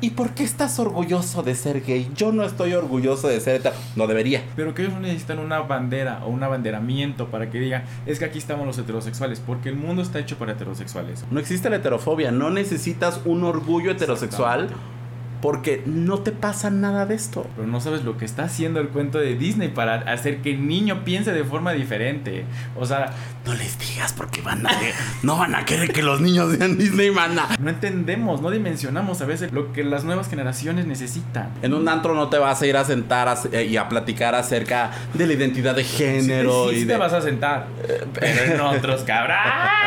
¿y por qué estás orgulloso de ser gay? Yo no estoy orgulloso de ser hetero. No debería. Pero que ellos necesitan una bandera o un abanderamiento para que digan, es que aquí estamos los heterosexuales, porque el mundo está hecho para heterosexuales. No existe la heterofobia, no necesitas un orgullo heterosexual porque no te pasa nada de esto. Pero no sabes lo que está haciendo el cuento de Disney para hacer que el niño piense de forma diferente. O sea, no les digas porque no van a querer que los niños vean Disney, mana. No entendemos, no dimensionamos a veces lo que las nuevas generaciones necesitan. En un antro no te vas a ir a sentar y a platicar acerca de la identidad de género. Sí, te vas a sentar, pero en otros cabrones.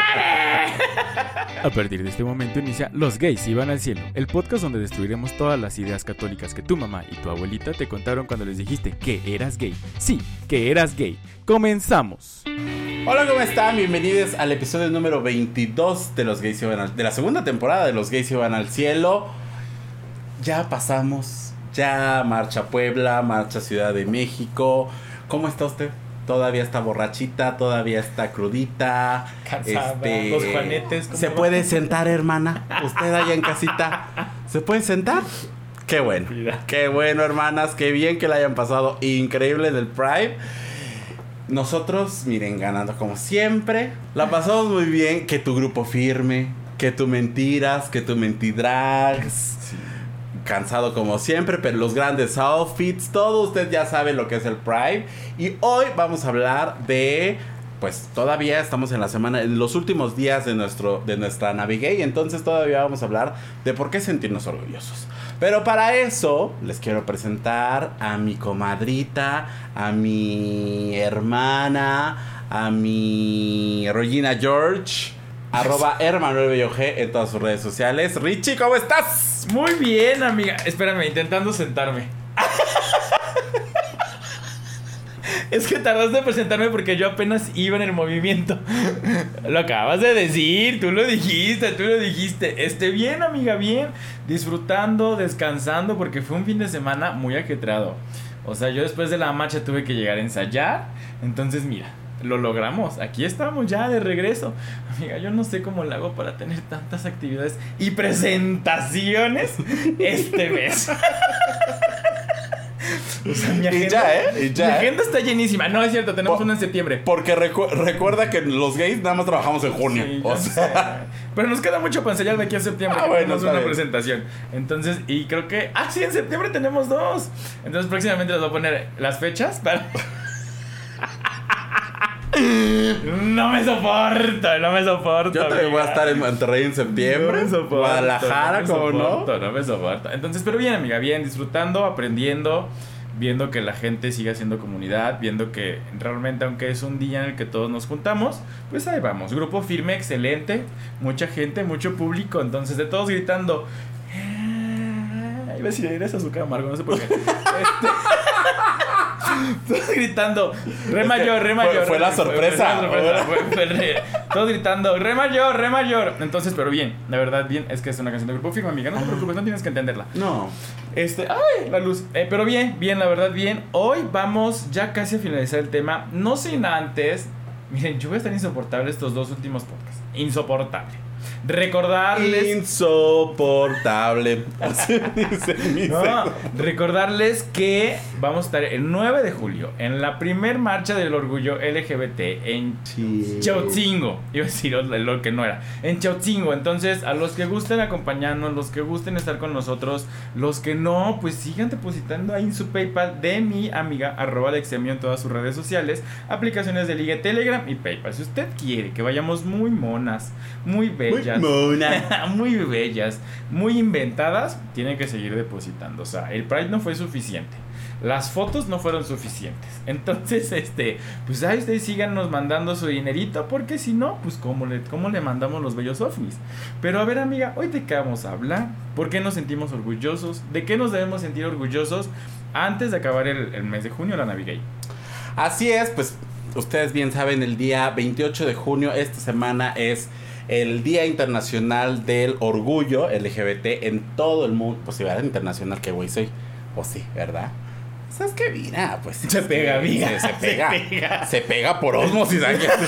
A partir de este momento inicia Los Gays Iban al Cielo, el podcast donde destruiremos todas las ideas católicas que tu mamá y tu abuelita te contaron cuando les dijiste que eras gay. Sí, que eras gay. ¡Comenzamos! Hola, ¿cómo están? Bienvenidos al episodio número 22 de Los Gays Iban de la segunda temporada de Los Gays Iban al Cielo. Ya pasamos, ya marcha Puebla, marcha Ciudad de México. ¿Cómo está usted? ¿Todavía está borrachita? ¿Todavía está crudita? Cansada, los juanetes. ¿Se puede sentar, hermana? ¿Usted allá en casita se puede sentar? Qué bueno, qué bueno, hermanas. Qué bien que la hayan pasado increíble del Pride. Nosotros, miren, ganando como siempre. La pasamos muy bien. Que tu grupo firme, que tu mentiras, que tu mentidrags. Cansado como siempre, pero los grandes outfits, todo usted ya sabe lo que es el Pride. Y hoy vamos a hablar de, pues todavía estamos en la semana, en los últimos días de nuestra Navigay, entonces todavía vamos a hablar de por qué sentirnos orgullosos. Pero para eso les quiero presentar a mi comadrita, a mi hermana, a mi Regina George. @Hermanuelbello G en todas sus redes sociales. Richie, ¿cómo estás? Muy bien, amiga. Espérame, intentando sentarme. Es que tardaste en presentarme porque yo apenas iba en el movimiento. Lo acabas de decir, tú lo dijiste. Bien, amiga, bien. Disfrutando, descansando, porque fue un fin de semana muy ajetreado. O sea, yo después de la marcha tuve que llegar a ensayar. Entonces, mira, lo logramos, aquí estamos ya de regreso. Amiga, yo no sé cómo le hago para tener tantas actividades y presentaciones este mes. O sea, mi agenda está llenísima. No, es cierto, tenemos una en septiembre. Porque recuerda que los gays nada más trabajamos en junio. Sí, o sea, pero nos queda mucho para ensayar de aquí a septiembre. Tenemos una presentación. Entonces, y creo que... sí, en septiembre tenemos 2. Entonces próximamente les voy a poner las fechas para... No me soporto. Yo también voy a estar en Monterrey en septiembre. No me soporto, Guadalajara, ¿cómo no? No me soporto. Entonces, pero bien, amiga, bien, disfrutando, aprendiendo, viendo que la gente sigue haciendo comunidad, viendo que realmente, aunque es un día en el que todos nos juntamos, pues ahí vamos. Grupo firme, excelente, mucha gente, mucho público. Entonces, de todos gritando. Iba a decir, eres azúcar amargo, no sé por qué. Todos gritando, re mayor. Fue la sorpresa. Todos gritando, re mayor. Entonces, pero bien, la verdad, bien. Es que es una canción de Grupo Firme, amiga. No te preocupes, no tienes que entenderla. No. La luz. Pero bien, la verdad, bien. Hoy vamos ya casi a finalizar el tema. No sin antes. Miren, yo voy a estar insoportable estos 2 últimos podcasts. Insoportable. Recordarles. Insoportable. Así dice mi recordarles que vamos a estar el 9 de julio en la primer marcha del orgullo LGBT en Chaucingo. Iba a decir lo que no era. En Chaucingo. Entonces, a los que gusten acompañarnos, los que gusten estar con nosotros, los que no, pues sigan depositando ahí en su PayPal de mi amiga @Alexemio en todas sus redes sociales, aplicaciones de ligue, Telegram y PayPal. Si usted quiere que vayamos muy monas, muy bellas, muy bellas, muy inventadas, tienen que seguir depositando. O sea, el Pride no fue suficiente, las fotos no fueron suficientes. Entonces, pues ahí ustedes síganos mandando su dinerito, porque si no, pues ¿cómo le mandamos los bellos ovnis? Pero a ver, amiga, hoy de qué vamos a hablar, por qué nos sentimos orgullosos, de qué nos debemos sentir orgullosos antes de acabar el mes de junio, la Navigay. Así es, pues ustedes bien saben, el día 28 de junio, esta semana es el Día Internacional del Orgullo LGBT en todo el mundo. Pues si va internacional, que güey soy. Pues sí, ¿verdad? ¿Sabes qué? Mira, pues se pega, amiga. Se pega por osmosis.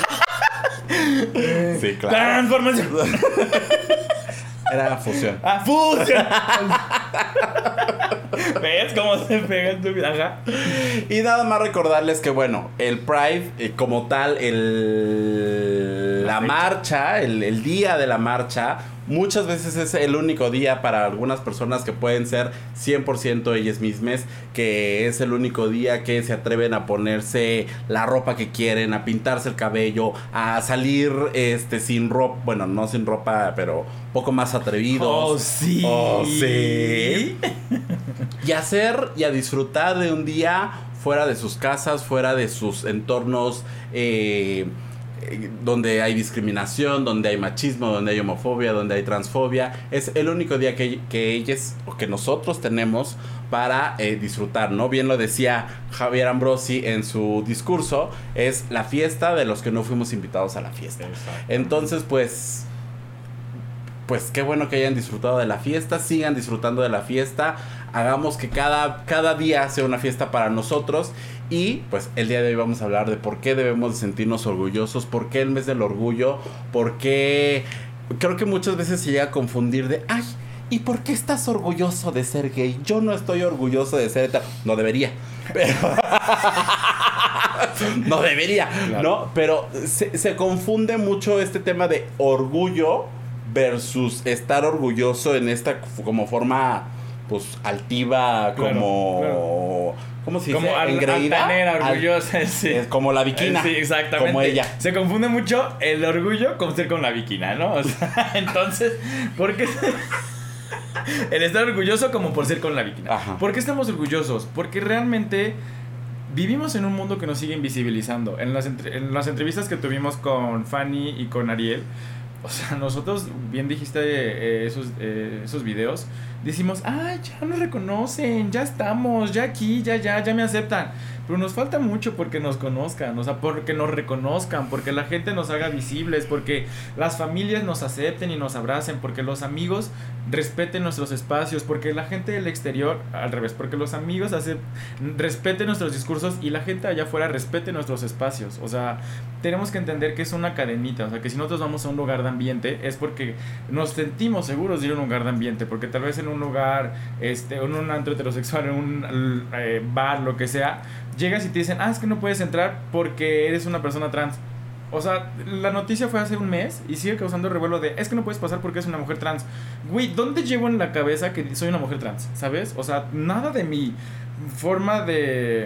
Sí, claro. Transformación. Era fusión. ¡Fusión! ¿Ves cómo se pega en tu vida? Ajá. Y nada más recordarles que, bueno, el Pride, como tal, la marcha, el día de la marcha, muchas veces es el único día para algunas personas que pueden ser 100% ellas mismas, que es el único día que se atreven a ponerse la ropa que quieren, a pintarse el cabello, a salir sin ropa, bueno, no sin ropa, pero poco más atrevidos. Oh, sí. Oh, sí. Y hacer y a disfrutar de un día fuera de sus casas, fuera de sus entornos donde hay discriminación, donde hay machismo, donde hay homofobia, donde hay transfobia. Es el único día que ellas o que nosotros tenemos para disfrutar, ¿no? Bien lo decía Javier Ambrosi en su discurso, es la fiesta de los que no fuimos invitados a la fiesta. Entonces, pues qué bueno que hayan disfrutado de la fiesta, sigan disfrutando de la fiesta, hagamos que cada día sea una fiesta para nosotros. Y pues el día de hoy vamos a hablar de por qué debemos de sentirnos orgullosos, por qué el mes del orgullo, por qué creo que muchas veces se llega a confundir de ay, ¿y por qué estás orgulloso de ser gay? Yo no estoy orgulloso de ser hetero. No debería, pero no debería, claro. ¿No? Pero se confunde mucho este tema de orgullo versus estar orgulloso en esta como forma pues altiva, claro, como claro. ¿Cómo se dice? Engreída, altanera, orgullosa, sí. Como la vikina. Sí, exactamente. Como ella. Se confunde mucho el orgullo con ser como la vikina, ¿no? O sea, entonces, ¿por qué? El estar orgulloso como por ser con la vikina. Ajá. ¿Por qué estamos orgullosos? Porque realmente vivimos en un mundo que nos sigue invisibilizando. En las entrevistas que tuvimos con Fanny y con Ariel, o sea, nosotros, bien dijiste esos videos, decimos, ya nos reconocen, ya estamos, ya aquí, ya me aceptan. Pero nos falta mucho porque nos conozcan, o sea, porque nos reconozcan, porque la gente nos haga visibles, porque las familias nos acepten y nos abracen, porque los amigos respeten nuestros espacios, porque la gente del exterior, al revés, porque los amigos respeten nuestros discursos y la gente allá afuera respete nuestros espacios. O sea, tenemos que entender que es una cadenita, o sea, que si nosotros vamos a un lugar de ambiente es porque nos sentimos seguros de ir a un lugar de ambiente, porque tal vez en un lugar, en un antro heterosexual, en un bar, lo que sea, llegas y te dicen, es que no puedes entrar porque eres una persona trans. O sea, la noticia fue hace un mes y sigue causando revuelo de, es que no puedes pasar porque es una mujer trans. Güey, ¿dónde llevo en la cabeza que soy una mujer trans? ¿Sabes? O sea, nada de mi forma de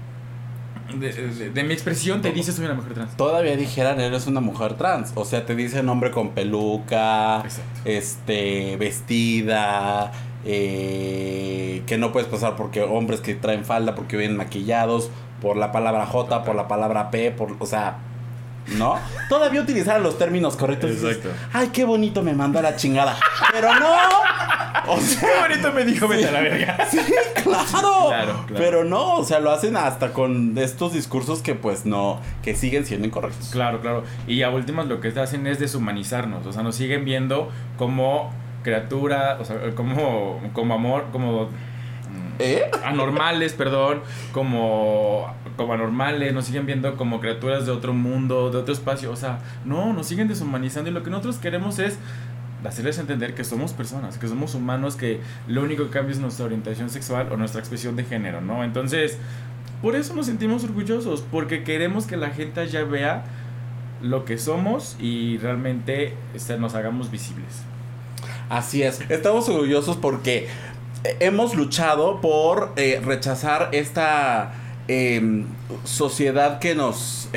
mi expresión te dice soy una mujer trans. Todavía dijeran eres una mujer trans. O sea, te dicen hombre con peluca. Exacto. Vestida, que no puedes pasar porque hombres que traen falda porque vienen maquillados, por la palabra J, por la palabra P, o sea, ¿no? Todavía utilizar los términos correctos. Exacto. Dices, ay, qué bonito me mandó a la chingada. Pero no. O sea, qué bonito me dijo, vete a la verga. Sí, claro. Pero no, o sea, lo hacen hasta con estos discursos que pues no, que siguen siendo incorrectos. Claro. Y a últimas lo que hacen es deshumanizarnos. O sea, nos siguen viendo como criatura, o sea, como amor, como anormales, perdón, como anormales, nos siguen viendo como criaturas de otro mundo, de otro espacio. O sea, no, nos siguen deshumanizando y lo que nosotros queremos es hacerles entender que somos personas, que somos humanos, que lo único que cambia es nuestra orientación sexual o nuestra expresión de género, ¿no? Entonces, por eso nos sentimos orgullosos, porque queremos que la gente ya vea lo que somos y realmente nos hagamos visibles. Así es, estamos orgullosos porque hemos luchado por rechazar esta sociedad que nos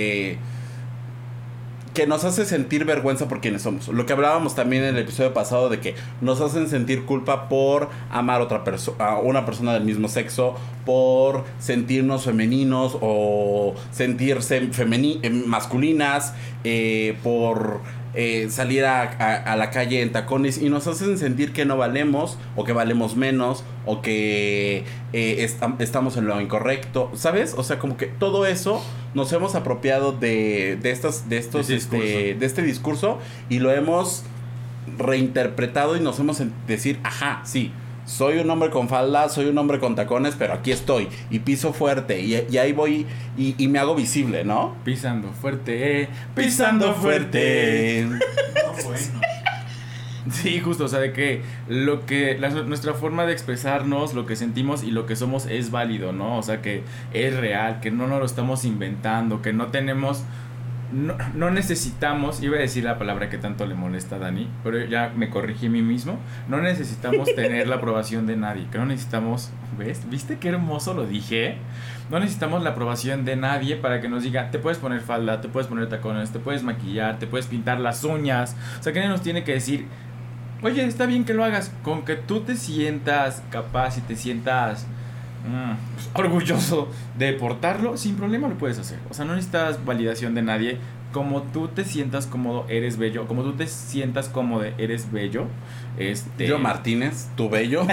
hace sentir vergüenza por quienes somos. Lo que hablábamos también en el episodio pasado de que nos hacen sentir culpa por amar a una persona del mismo sexo, por sentirnos femeninos o sentirse masculinas, por salir a la calle en tacones, y nos hacen sentir que no valemos o que valemos menos o que estamos en lo incorrecto, ¿sabes? O sea, como que todo eso nos hemos apropiado de este discurso y lo hemos reinterpretado y nos hemos decir, ajá, sí, soy un hombre con falda, soy un hombre con tacones, pero aquí estoy y piso fuerte y ahí voy y me hago visible, ¿no? Pisando fuerte, pisando fuerte. No, bueno. Sí, justo, o sea, de que nuestra forma de expresarnos, lo que sentimos y lo que somos es válido, ¿no? O sea, que es real, que no nos lo estamos inventando, que no tenemos... No necesitamos, iba a decir la palabra que tanto le molesta a Dani, pero ya me corrigí a mí mismo. No necesitamos tener la aprobación de nadie, que no necesitamos, ¿ves? ¿Viste qué hermoso lo dije? No necesitamos la aprobación de nadie para que nos diga, te puedes poner falda, te puedes poner tacones, te puedes maquillar, te puedes pintar las uñas. O sea, que nadie nos tiene que decir, oye, está bien que lo hagas, con que tú te sientas capaz y te sientas... orgulloso de portarlo, sin problema lo puedes hacer. O sea, no necesitas validación de nadie. Como tú te sientas cómodo, eres bello. Como tú te sientas cómodo, eres bello. Yo Martínez, tu bello.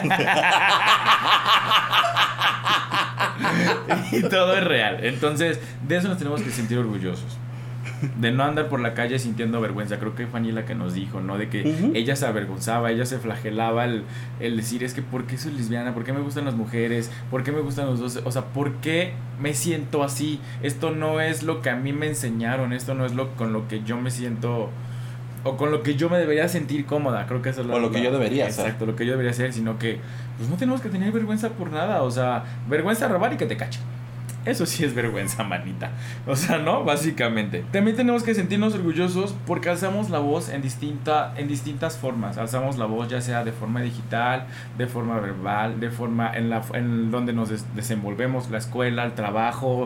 Y todo es real. Entonces, de eso nos tenemos que sentir orgullosos. De no andar por la calle sintiendo vergüenza. Creo que Fanny la que nos dijo, ¿no? De que ella se avergonzaba, ella se flagelaba el decir, es que ¿por qué soy lesbiana? ¿Por qué me gustan las mujeres? ¿Por qué me gustan los dos? O sea, ¿por qué me siento así? Esto no es lo que a mí me enseñaron, esto no es con lo que yo me siento... O con lo que yo me debería sentir cómoda. Creo que eso es lo que yo debería hacer. Exacto, lo que yo debería hacer. Sino que pues no tenemos que tener vergüenza por nada. O sea, vergüenza robar y que te cachen. Eso sí es vergüenza, manita. O sea, ¿no? Básicamente. También tenemos que sentirnos orgullosos porque alzamos la voz en distintas formas. Alzamos la voz ya sea de forma digital, de forma verbal, de forma en donde nos desenvolvemos, la escuela, el trabajo.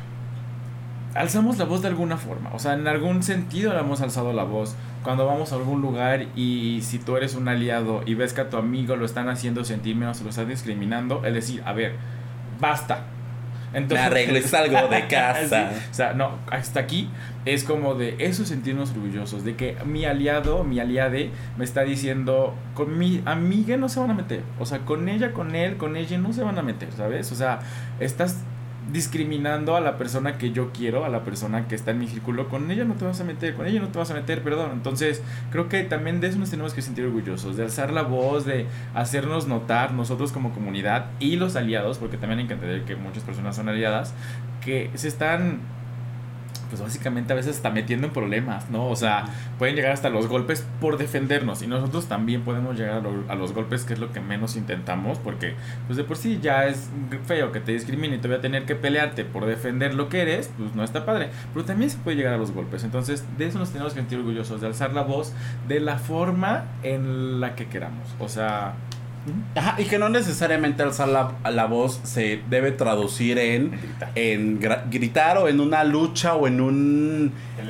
Alzamos la voz de alguna forma. O sea, en algún sentido le hemos alzado la voz. Cuando vamos a algún lugar y si tú eres un aliado y ves que a tu amigo lo están haciendo sentir menos o lo están discriminando, es decir, a ver, basta. Entonces, me arreglo y salgo de casa. Sí, o sea, no, hasta aquí es como de eso sentirnos orgullosos, de que mi aliado, mi aliade me está diciendo, con mi amiga no se van a meter, o sea, con ella, con él, con ella no se van a meter, ¿sabes? O sea, estás discriminando a la persona que yo quiero, a la persona que está en mi círculo, con ella no te vas a meter, con ella no te vas a meter, perdón. Entonces, creo que también de eso nos tenemos que sentir orgullosos, de alzar la voz, de hacernos notar nosotros como comunidad y los aliados, porque también hay que entender que muchas personas son aliadas, que se están... pues básicamente a veces está metiendo en problemas, ¿no? O sea, pueden llegar hasta los golpes por defendernos y nosotros también podemos llegar a los golpes, que es lo que menos intentamos, porque pues de por sí ya es feo que te discriminen y te voy a tener que pelearte por defender lo que eres, pues no está padre, pero también se puede llegar a los golpes. Entonces de eso nos tenemos que sentir orgullosos, de alzar la voz de la forma en la que queramos, o sea... Ajá, y que no necesariamente alzar la voz se debe traducir en gritar o en una lucha o en un...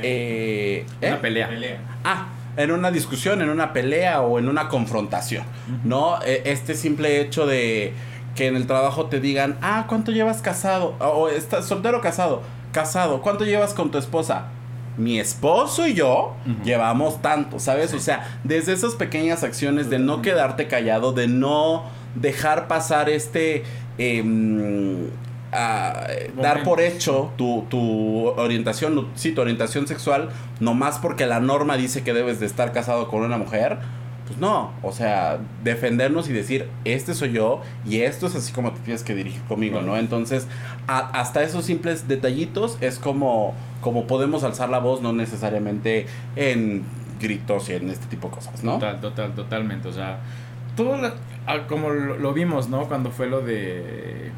una pelea. En una discusión, en una pelea o en una confrontación, ¿no? Este simple hecho de que en el trabajo te digan, ¿cuánto llevas casado? O estás soltero o casado. Casado, ¿cuánto llevas con tu esposa? Mi esposo y yo llevamos tanto, ¿sabes? Sí. O sea, desde esas pequeñas acciones de no quedarte callado, de no dejar pasar dar por hecho tu orientación, tu orientación sexual, nomás porque la norma dice que debes de estar casado con una mujer. Pues no, o sea, defendernos y decir, este soy yo y esto es así como te tienes que dirigir conmigo, ¿no? Entonces, hasta esos simples detallitos es como podemos alzar la voz, no necesariamente en gritos y en este tipo de cosas, ¿no? Totalmente, o sea, todo como lo vimos, ¿no? Cuando fue lo de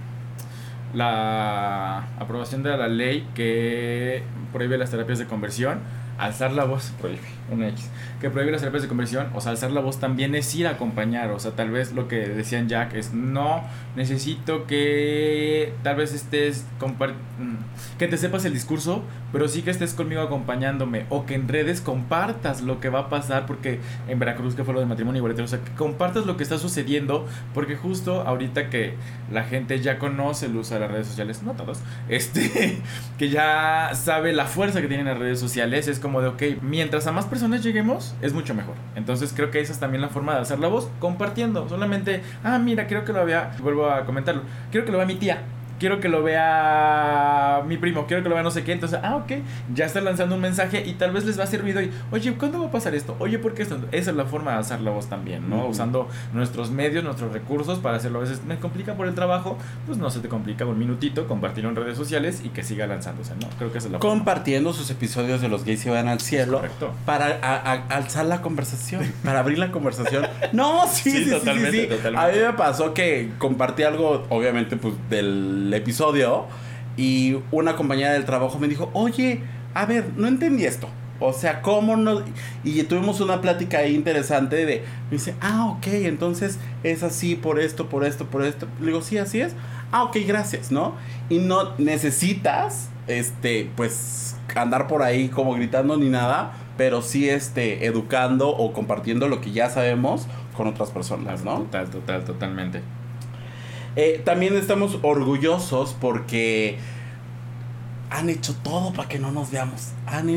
la aprobación de la ley que prohíbe las terapias de conversión, alzar la voz, que prohíbe las terapias de conversión, o sea, alzar la voz también es ir a acompañar, o sea, tal vez lo que decían Jack es, no, necesito que tal vez estés, que te sepas el discurso, pero sí que estés conmigo acompañándome, o que en redes compartas lo que va a pasar, porque en Veracruz que fue lo de matrimonio igualitario, o sea, que compartas lo que está sucediendo, porque justo ahorita que la gente ya conoce el uso de las redes sociales, no todos, que ya sabe la fuerza que tienen las redes sociales, es como de, ok, mientras a más personas lleguemos, es mucho mejor. Entonces creo que esa es también la forma de alzar la voz, compartiendo. Solamente, mira, creo que vuelvo a comentarlo, creo que lo vea mi tía. quiero que lo vea mi primo, quiero que lo vea no sé qué. Entonces, ok, ya está lanzando un mensaje y tal vez les va a servir hoy. Oye, ¿cuándo va a pasar esto? Oye, ¿por qué esto? Esa es la forma de alzar la voz también, ¿no? Usando nuestros medios, nuestros recursos para hacerlo. A veces me complica por el trabajo, pues no se te complica un minutito, compartirlo en redes sociales y que siga lanzándose, ¿no? Creo que esa es la compartiendo sus episodios de Los Gays Se Van al Cielo. Correcto. Para alzar la conversación, para abrir la conversación. No, sí, totalmente. A mí me pasó que compartí algo, obviamente, pues, del episodio, y una compañera del trabajo me dijo, oye, a ver, no entendí esto. O sea, ¿cómo no? Y tuvimos una plática ahí interesante me dice, ok, entonces es así por esto. Le digo, sí, así es. Ok, gracias, ¿no? Y no necesitas, pues, andar por ahí como gritando ni nada, pero sí, educando o compartiendo lo que ya sabemos con otras personas, ¿no? Totalmente. También estamos orgullosos porque han hecho todo para que no nos veamos.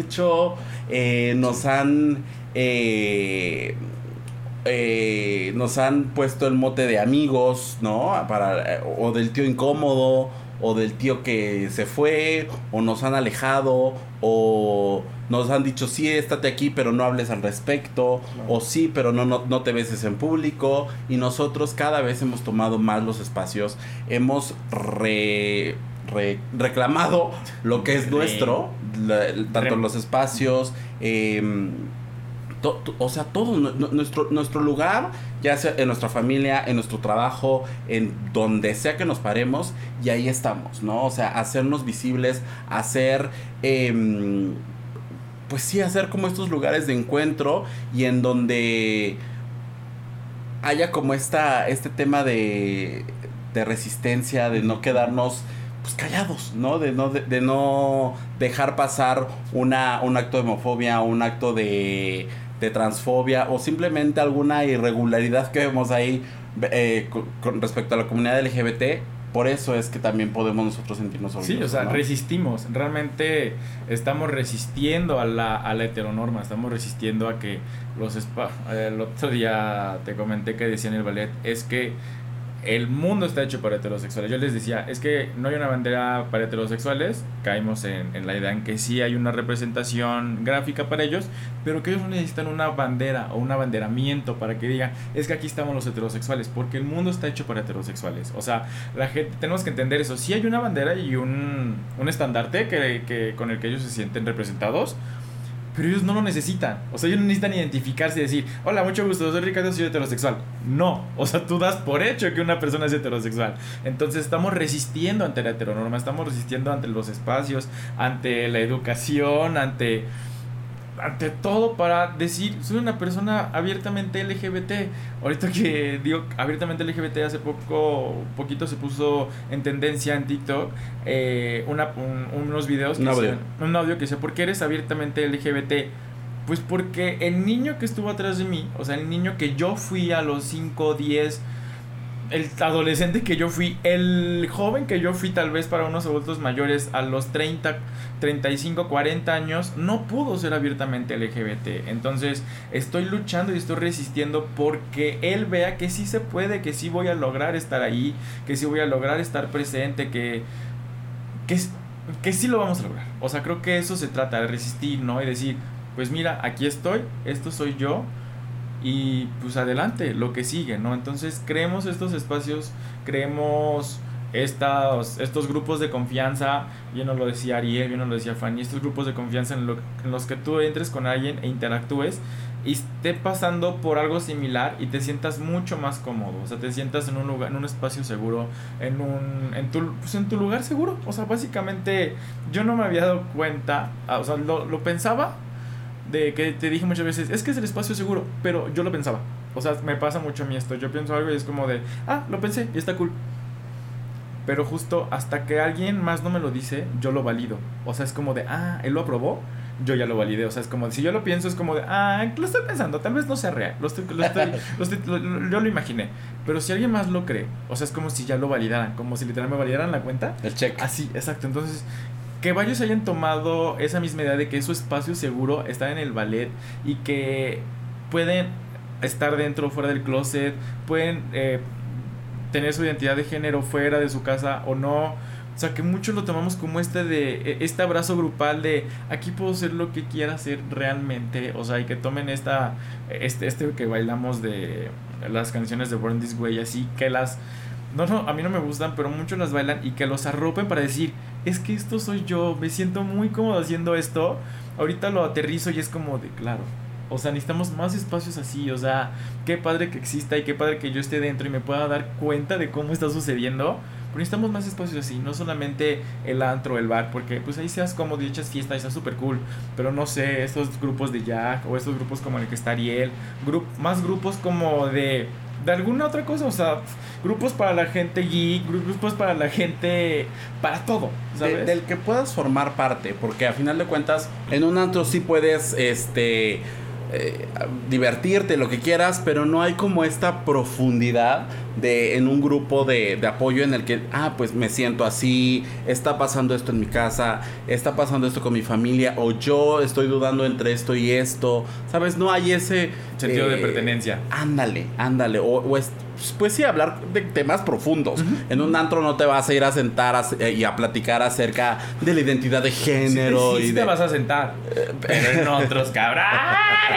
Nos han puesto el mote de amigos, ¿no? O del tío incómodo, o del tío que se fue, o nos han alejado, o nos han dicho, sí, estate aquí, pero no hables al respecto, o sí, pero no te beses en público. Y nosotros cada vez hemos tomado más los espacios, hemos reclamado lo que es nuestro, tanto los espacios, o sea, todo nuestro lugar, ya sea en nuestra familia, en nuestro trabajo, en donde sea que nos paremos, y ahí estamos, ¿no? O sea, hacernos visibles, hacer, pues sí, hacer como estos lugares de encuentro, y en donde haya como este tema de resistencia, de no quedarnos, pues, callados, ¿no? De no dejar pasar un acto de homofobia, un acto de transfobia, o simplemente alguna irregularidad que vemos ahí con respecto a la comunidad LGBT. Por eso es que también podemos nosotros sentirnos orgullosos. Sí, o sea, ¿no? resistimos. Realmente estamos resistiendo a la heteronorma. Estamos resistiendo a que el otro día te comenté que decía en el ballet, es que el mundo está hecho para heterosexuales. Yo les decía, es que no hay una bandera para heterosexuales. Caímos en la idea en que sí hay una representación gráfica para ellos, pero que ellos no necesitan una bandera o un abanderamiento para que digan, es que aquí estamos los heterosexuales, porque el mundo está hecho para heterosexuales. O sea, la gente, tenemos que entender eso. Sí hay una bandera y un estandarte que con el que ellos se sienten representados, pero ellos no lo necesitan. O sea, ellos no necesitan identificarse y decir, hola, mucho gusto, soy Ricardo, soy heterosexual. No, o sea, tú das por hecho que una persona es heterosexual. Entonces estamos resistiendo ante la heteronorma, estamos resistiendo ante los espacios, ante la educación, ante todo, para decir, soy una persona abiertamente LGBT. Ahorita que digo abiertamente LGBT, hace poquito se puso en tendencia en TikTok unos videos, un audio que dice, ¿por qué eres abiertamente LGBT? Pues porque el niño que estuvo atrás de mí, o sea, el niño que yo fui a los 5, 10, el adolescente que yo fui, el joven que yo fui tal vez para unos adultos mayores a los 30, 35, 40 años, no pudo ser abiertamente LGBT. Entonces estoy luchando y estoy resistiendo porque él vea que sí se puede, que sí voy a lograr estar ahí, que sí voy a lograr estar presente, que sí lo vamos a lograr. O sea, creo que eso se trata, de resistir, ¿no? Y decir, pues mira, aquí estoy, esto soy yo, y pues adelante, lo que sigue, ¿no? Entonces creemos estos espacios, creemos estos grupos de confianza. Bien nos lo decía Ariel, bien nos lo decía Fanny, estos grupos de confianza en los que tú entres con alguien e interactúes y esté pasando por algo similar y te sientas mucho más cómodo. O sea, te sientas en un lugar, en un espacio seguro, en tu lugar seguro. O sea, básicamente yo no me había dado cuenta, o sea, lo pensaba, de que te dije muchas veces, es que es el espacio seguro, pero yo lo pensaba. O sea, me pasa mucho a mí esto, yo pienso algo y es como de, lo pensé y está cool. Pero justo hasta que alguien más no me lo dice, yo lo valido. O sea, es como de, él lo aprobó, yo ya lo validé. O sea, es como, si yo lo pienso, es como de, lo estoy pensando, tal vez no sea real, yo lo imaginé. Pero si alguien más lo cree, o sea, es como si ya lo validaran, como si literalmente me validaran la cuenta. El check. Así, exacto. Entonces, que varios hayan tomado esa misma idea de que es su espacio seguro estar en el ballet y que pueden estar dentro o fuera del closet, pueden tener su identidad de género fuera de su casa o no, O sea, que muchos lo tomamos como este abrazo grupal de aquí puedo ser lo que quiera hacer realmente. O sea, y que tomen este que bailamos de las canciones de Born This Way, así que no, a mí no me gustan, pero muchos las bailan y que los arropen para decir, es que esto soy yo, me siento muy cómodo haciendo esto. Ahorita lo aterrizo y es como de, claro, o sea, necesitamos más espacios así. O sea, qué padre que exista y qué padre que yo esté dentro y me pueda dar cuenta de cómo está sucediendo. Pero necesitamos más espacios así, no solamente el antro, el bar, porque pues ahí seas cómodo y echas fiesta y está súper cool. Pero no sé, estos grupos de Jack o estos grupos como el que está Ariel, más grupos como de alguna otra cosa, o sea, grupos para la gente geek, grupos para la gente, para todo, ¿sabes? Del que puedas formar parte, porque a final de cuentas en un antro sí puedes divertirte, lo que quieras, pero no hay como esta profundidad en un grupo de apoyo en el que, pues me siento así, está pasando esto en mi casa, está pasando esto con mi familia, o yo estoy dudando entre esto y esto, ¿sabes? No hay ese sentido de pertenencia. Ándale, pues sí, hablar de temas profundos. En un antro no te vas a ir a sentar y a platicar acerca de la identidad de género. Sí, te vas a sentar, pero en otros cabrones.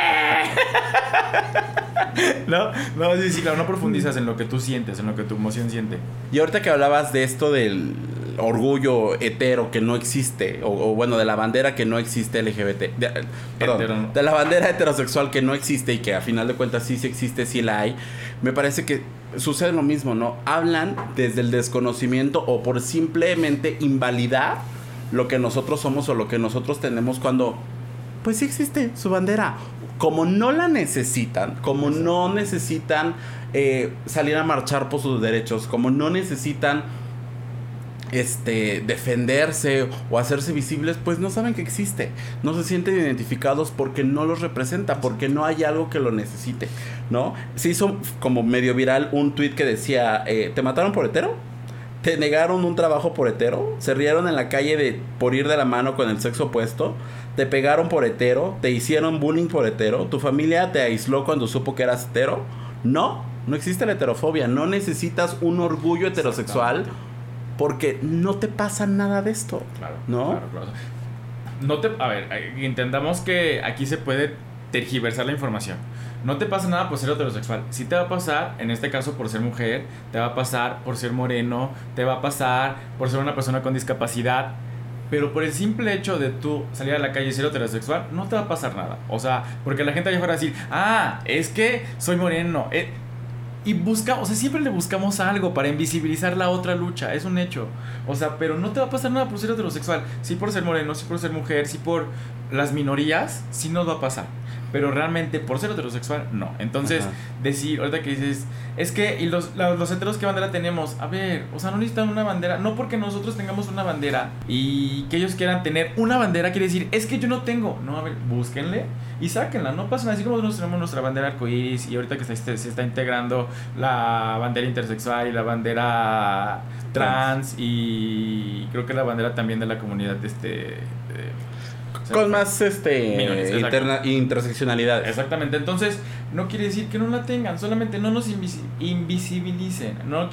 No, sí, claro, no profundizas en lo que tú sientes, en lo que tu emoción siente. Y ahorita que hablabas de esto del orgullo hetero que no existe, o bueno, de la bandera que no existe LGBT, de la bandera heterosexual que no existe y que a final de cuentas sí existe, sí la hay, me parece que sucede lo mismo, ¿no? Hablan desde el desconocimiento o por simplemente invalidar lo que nosotros somos o lo que nosotros tenemos cuando, pues sí existe su bandera. Como no la necesitan, como no necesitan salir a marchar por sus derechos, como no necesitan defenderse o hacerse visibles, pues no saben que existe, no se sienten identificados porque no los representa, porque no hay algo que lo necesite, ¿no? Se hizo como medio viral un tweet que decía, ¿te mataron por hetero? ¿Te negaron un trabajo por hetero? ¿Se rieron en la calle por ir de la mano con el sexo opuesto? ¿Te pegaron por hetero? ¿Te hicieron bullying por hetero? ¿Tu familia te aisló cuando supo que eras hetero? No existe la heterofobia. No necesitas un orgullo heterosexual porque no te pasa nada de esto. Claro, ¿no? Claro. A ver, entendamos que aquí se puede tergiversar la información. No te pasa nada por ser heterosexual. Sí te va a pasar, en este caso por ser mujer, te va a pasar por ser moreno, te va a pasar por ser una persona con discapacidad. Pero por el simple hecho de tú salir a la calle y ser heterosexual, no te va a pasar nada. O sea, porque la gente allá afuera va a decir, es que soy moreno. Y siempre le buscamos algo para invisibilizar la otra lucha. Es un hecho. O sea, pero no te va a pasar nada por ser heterosexual. Sí por ser moreno, sí por ser mujer, sí por las minorías, sí nos va a pasar. Pero realmente por ser heterosexual, no. Entonces, decir, ahorita que dices, es que y los heteros, ¿qué bandera tenemos? A ver, o sea, no necesitan una bandera. No porque nosotros tengamos una bandera y que ellos quieran tener una bandera, quiere decir, es que yo no tengo. No, a ver, búsquenle y sáquenla. No pasa nada. Así como nosotros tenemos nuestra bandera arcoíris y ahorita que se está integrando la bandera intersexual y la bandera trans y creo que la bandera también de la comunidad con más interseccionalidad. Exactamente. Entonces, no quiere decir que no la tengan, solamente no nos invisibilicen. No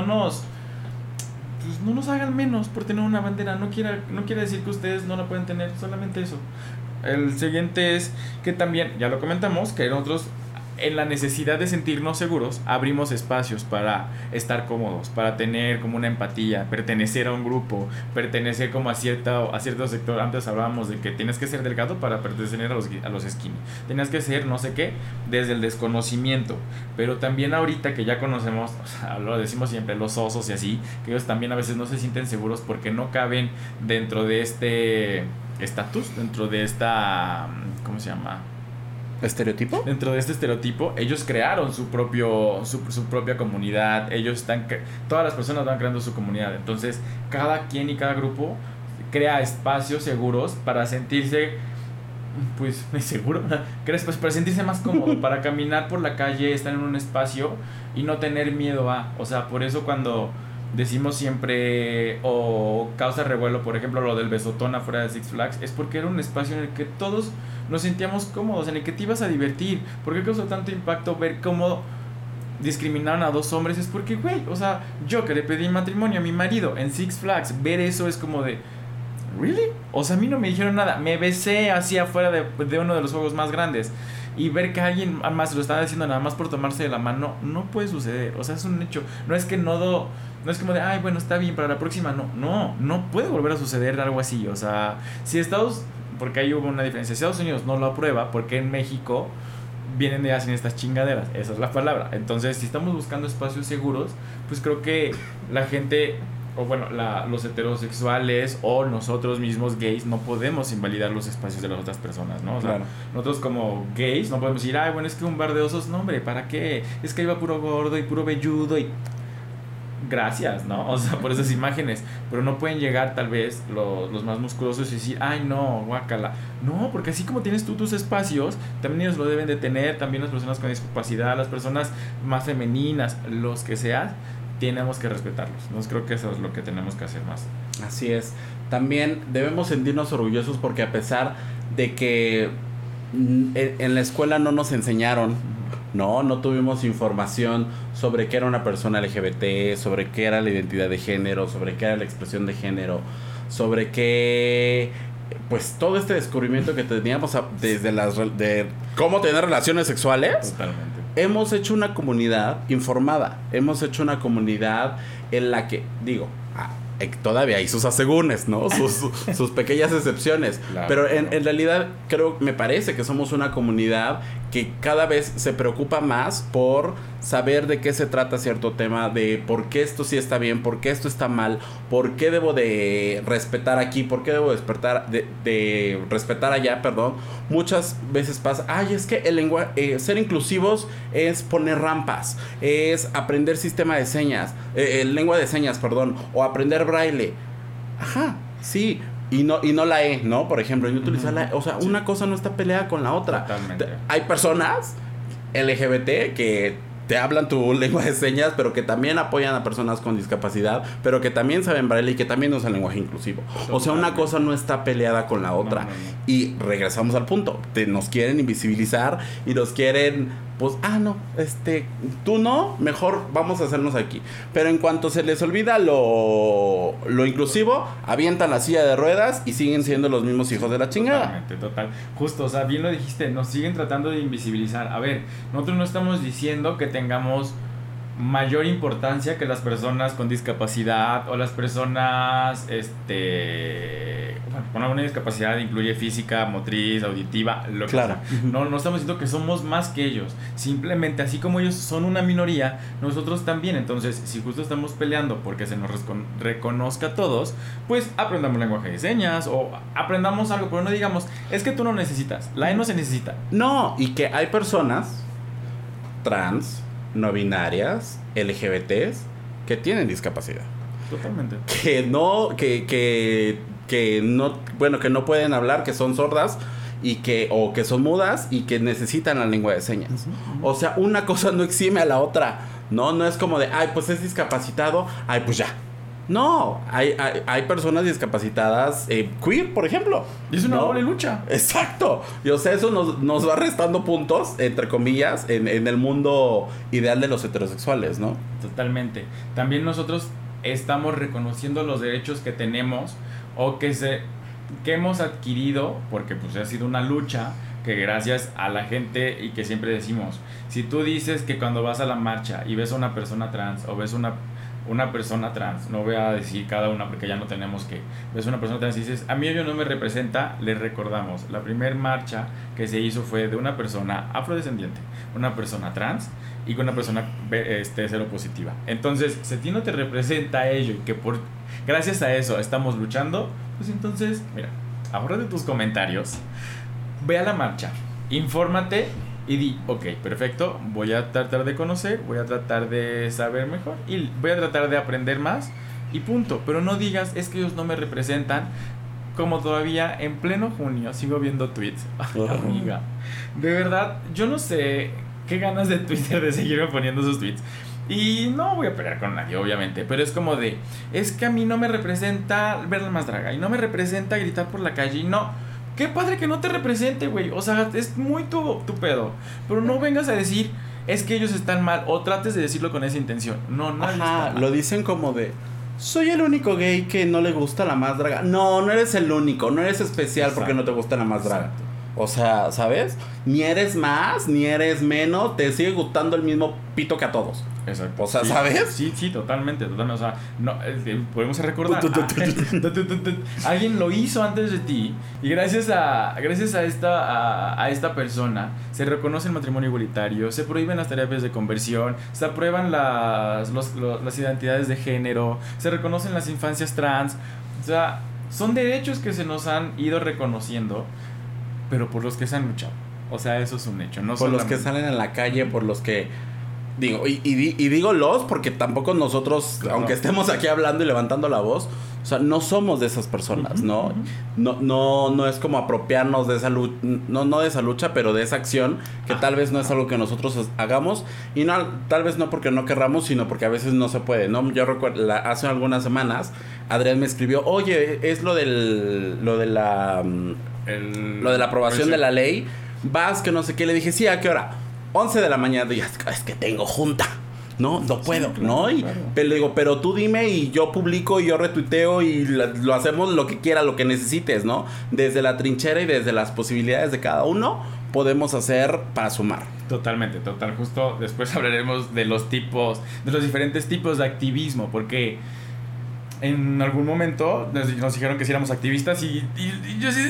nos hagan menos por tener una bandera. No quiere decir que ustedes no la pueden tener, solamente eso. El siguiente es que también, ya lo comentamos, que nosotros en la necesidad de sentirnos seguros, abrimos espacios para estar cómodos, para tener como una empatía, pertenecer a un grupo, pertenecer como a cierto sector. Antes hablábamos de que tienes que ser delgado para pertenecer a los skinny. Tenías que ser no sé qué, desde el desconocimiento. Pero también ahorita que ya conocemos, o sea, lo decimos siempre, los osos y así, que ellos también a veces no se sienten seguros porque no caben dentro de este estatus, dentro de esta, ¿cómo se llama? ¿Estereotipo? Dentro de este estereotipo, ellos crearon su propia comunidad. Todas las personas van creando su comunidad. Entonces, cada quien y cada grupo crea espacios seguros para sentirse, pues, seguro. Crea espacios para sentirse más cómodo, para caminar por la calle, estar en un espacio y no tener miedo a. O sea, por eso cuando decimos siempre o causa revuelo, por ejemplo, lo del besotón afuera de Six Flags, es porque era un espacio en el que todos nos sentíamos cómodos, en el que te ibas a divertir. ¿Por qué causó tanto impacto ver cómo discriminaron a 2 hombres, es porque, güey, o sea, yo que le pedí matrimonio a mi marido en Six Flags, ver eso es como de, ¿really? O sea, a mí no me dijeron nada, me besé así afuera de uno de los juegos más grandes, y ver que alguien más lo estaba diciendo nada más por tomarse de la mano, no puede suceder, o sea, es un hecho, no es es como de, ay, bueno, está bien, para la próxima, no puede volver a suceder algo así, o sea, si porque ahí hubo una diferencia, si Estados Unidos no lo aprueba, porque en México vienen y hacen estas chingaderas, esa es la palabra. Entonces, si estamos buscando espacios seguros, pues creo que la gente, o bueno, los heterosexuales o nosotros mismos gays no podemos invalidar los espacios de las otras personas, ¿no? O sea, claro, nosotros como gays no podemos decir, ay, bueno, es que un bar de osos, no, hombre, ¿para qué? Es que iba puro gordo y puro velludo y... Gracias, ¿no? O sea, por esas imágenes. Pero no pueden llegar tal vez los más musculosos y decir, ay, no, guácala. No, porque así como tienes tú tus espacios, también ellos lo deben de tener. También las personas con discapacidad, las personas más femeninas, los que sean, tenemos que respetarlos. Entonces creo que eso es lo que tenemos que hacer más. Así es. También debemos sentirnos orgullosos porque a pesar de que en la escuela no nos enseñaron, no tuvimos información sobre qué era una persona LGBT, sobre qué era la identidad de género, sobre qué era la expresión de género, sobre qué, pues todo este descubrimiento que teníamos desde de cómo tener relaciones sexuales. Totalmente. Hemos hecho una comunidad informada, hemos hecho una comunidad en la que, todavía hay sus asegúnes, ¿no? Sus pequeñas excepciones. Claro, pero en realidad me parece que somos una comunidad que cada vez se preocupa más por saber de qué se trata cierto tema, de por qué esto sí está bien, por qué esto está mal, por qué debo de respetar aquí, por qué debo de respetar allá, perdón. Muchas veces pasa, es que el lenguaje, ser inclusivos es poner rampas, es aprender sistema de señas, lengua de señas, perdón, o aprender braille. Ajá, sí. Y no la E, ¿no? Por ejemplo, y utilizar la E. O sea, sí, una cosa no está peleada con la otra. Totalmente. Hay personas LGBT que te hablan tu lengua de señas, pero que también apoyan a personas con discapacidad, pero que también saben braille y que también usan lenguaje inclusivo. Totalmente. O sea, una cosa no está peleada con la otra. No. Y regresamos al punto. Nos quieren invisibilizar y nos quieren, pues, tú no, mejor vamos a hacernos aquí. Pero en cuanto se les olvida lo inclusivo, avientan la silla de ruedas y siguen siendo los mismos hijos de la chingada. Totalmente, total. Justo, o sea, bien lo dijiste, nos siguen tratando de invisibilizar. A ver, nosotros no estamos diciendo que tengamos mayor importancia que las personas con discapacidad o las personas, con alguna discapacidad, incluye física, motriz, auditiva, lo que sea. No estamos diciendo que somos más que ellos. Simplemente, así como ellos son una minoría, nosotros también. Entonces, si justo estamos peleando porque se nos reconozca a todos, pues aprendamos lenguaje de señas o aprendamos algo, pero no digamos, es que tú no necesitas, la E no se necesita. No, y que hay personas trans, no binarias, LGBTs, que tienen discapacidad. Totalmente. Que no pueden hablar, que son sordas o que son mudas y que necesitan la lengua de señas. Uh-huh. O sea, una cosa no exime a la otra. No es como de, pues es discapacitado, pues ya. No, hay personas discapacitadas queer, por ejemplo. Y es una doble lucha. Exacto. Y o sea, eso nos va restando puntos, entre comillas, en el mundo ideal de los heterosexuales, ¿no? Totalmente. También nosotros estamos reconociendo los derechos que tenemos o que hemos adquirido, porque pues ha sido una lucha que gracias a la gente, y que siempre decimos, si tú dices que cuando vas a la marcha y ves a una persona trans o ves una persona trans, no voy a decir cada una porque ya no tenemos que, ves una persona trans y dices, a mí ello no me representa, les recordamos, la primer marcha que se hizo fue de una persona afrodescendiente, una persona trans y con una persona seropositiva. Entonces, si a ti no te representa ello y que gracias a eso estamos luchando, pues entonces, mira, ahórrate tus comentarios, ve a la marcha, infórmate y di, ok, perfecto, voy a tratar de conocer, voy a tratar de saber mejor y voy a tratar de aprender más y punto. Pero no digas, es que ellos no me representan, como todavía en pleno junio sigo viendo tweets. Ay, amiga, de verdad, yo no sé qué ganas de Twitter de seguirme poniendo esos tweets. Y no voy a pelear con nadie, obviamente, pero es como de, es que a mí no me representa verla más draga y no me representa gritar por la calle y no... Qué padre que no te represente, güey. O sea, es muy tu pedo. Pero no vengas a decir, es que ellos están mal, o trates de decirlo con esa intención. No, nadie está mal. Lo dicen como de, soy el único gay que no le gusta la más draga. No, no eres el único, no eres especial. Exacto. Porque no te gusta la más draga. Exacto. O sea, ¿sabes? Ni eres más, ni eres menos, te sigue gustando el mismo pito que a todos. Exacto. O sea, ¿sabes? Sí, totalmente. O sea, no, podemos recordar. Alguien lo hizo antes de ti. Y gracias a esta persona se reconoce el matrimonio igualitario, se prohíben las terapias de conversión, se aprueban las identidades de género, se reconocen las infancias trans. O sea, son derechos que se nos han ido reconociendo, pero por los que se han luchado. O sea, eso es un hecho. No por los que salen en la calle, por los que... Digo, y digo los porque tampoco nosotros, claro, aunque estemos aquí hablando y levantando la voz, o sea, no somos de esas personas, ¿no? No es como apropiarnos de esa lucha, no de esa lucha, pero de esa acción, que tal vez no es algo que nosotros hagamos, y no, tal vez no porque no querramos, sino porque a veces no se puede, ¿no? Yo recuerdo, hace algunas semanas, Adrián me escribió, oye, es lo de la aprobación de la ley, vas, que no sé qué, le dije, sí, ¿a qué hora? 11 de la mañana, es que tengo junta, no puedo, sí, claro, ¿no? Y claro. Pero le digo, pero tú dime y yo publico y yo retuiteo y lo hacemos lo que quiera, lo que necesites, ¿no? Desde la trinchera y desde las posibilidades de cada uno podemos hacer para sumar. Totalmente, justo después hablaremos de los diferentes tipos de activismo, porque en algún momento nos dijeron que si éramos activistas y yo sí,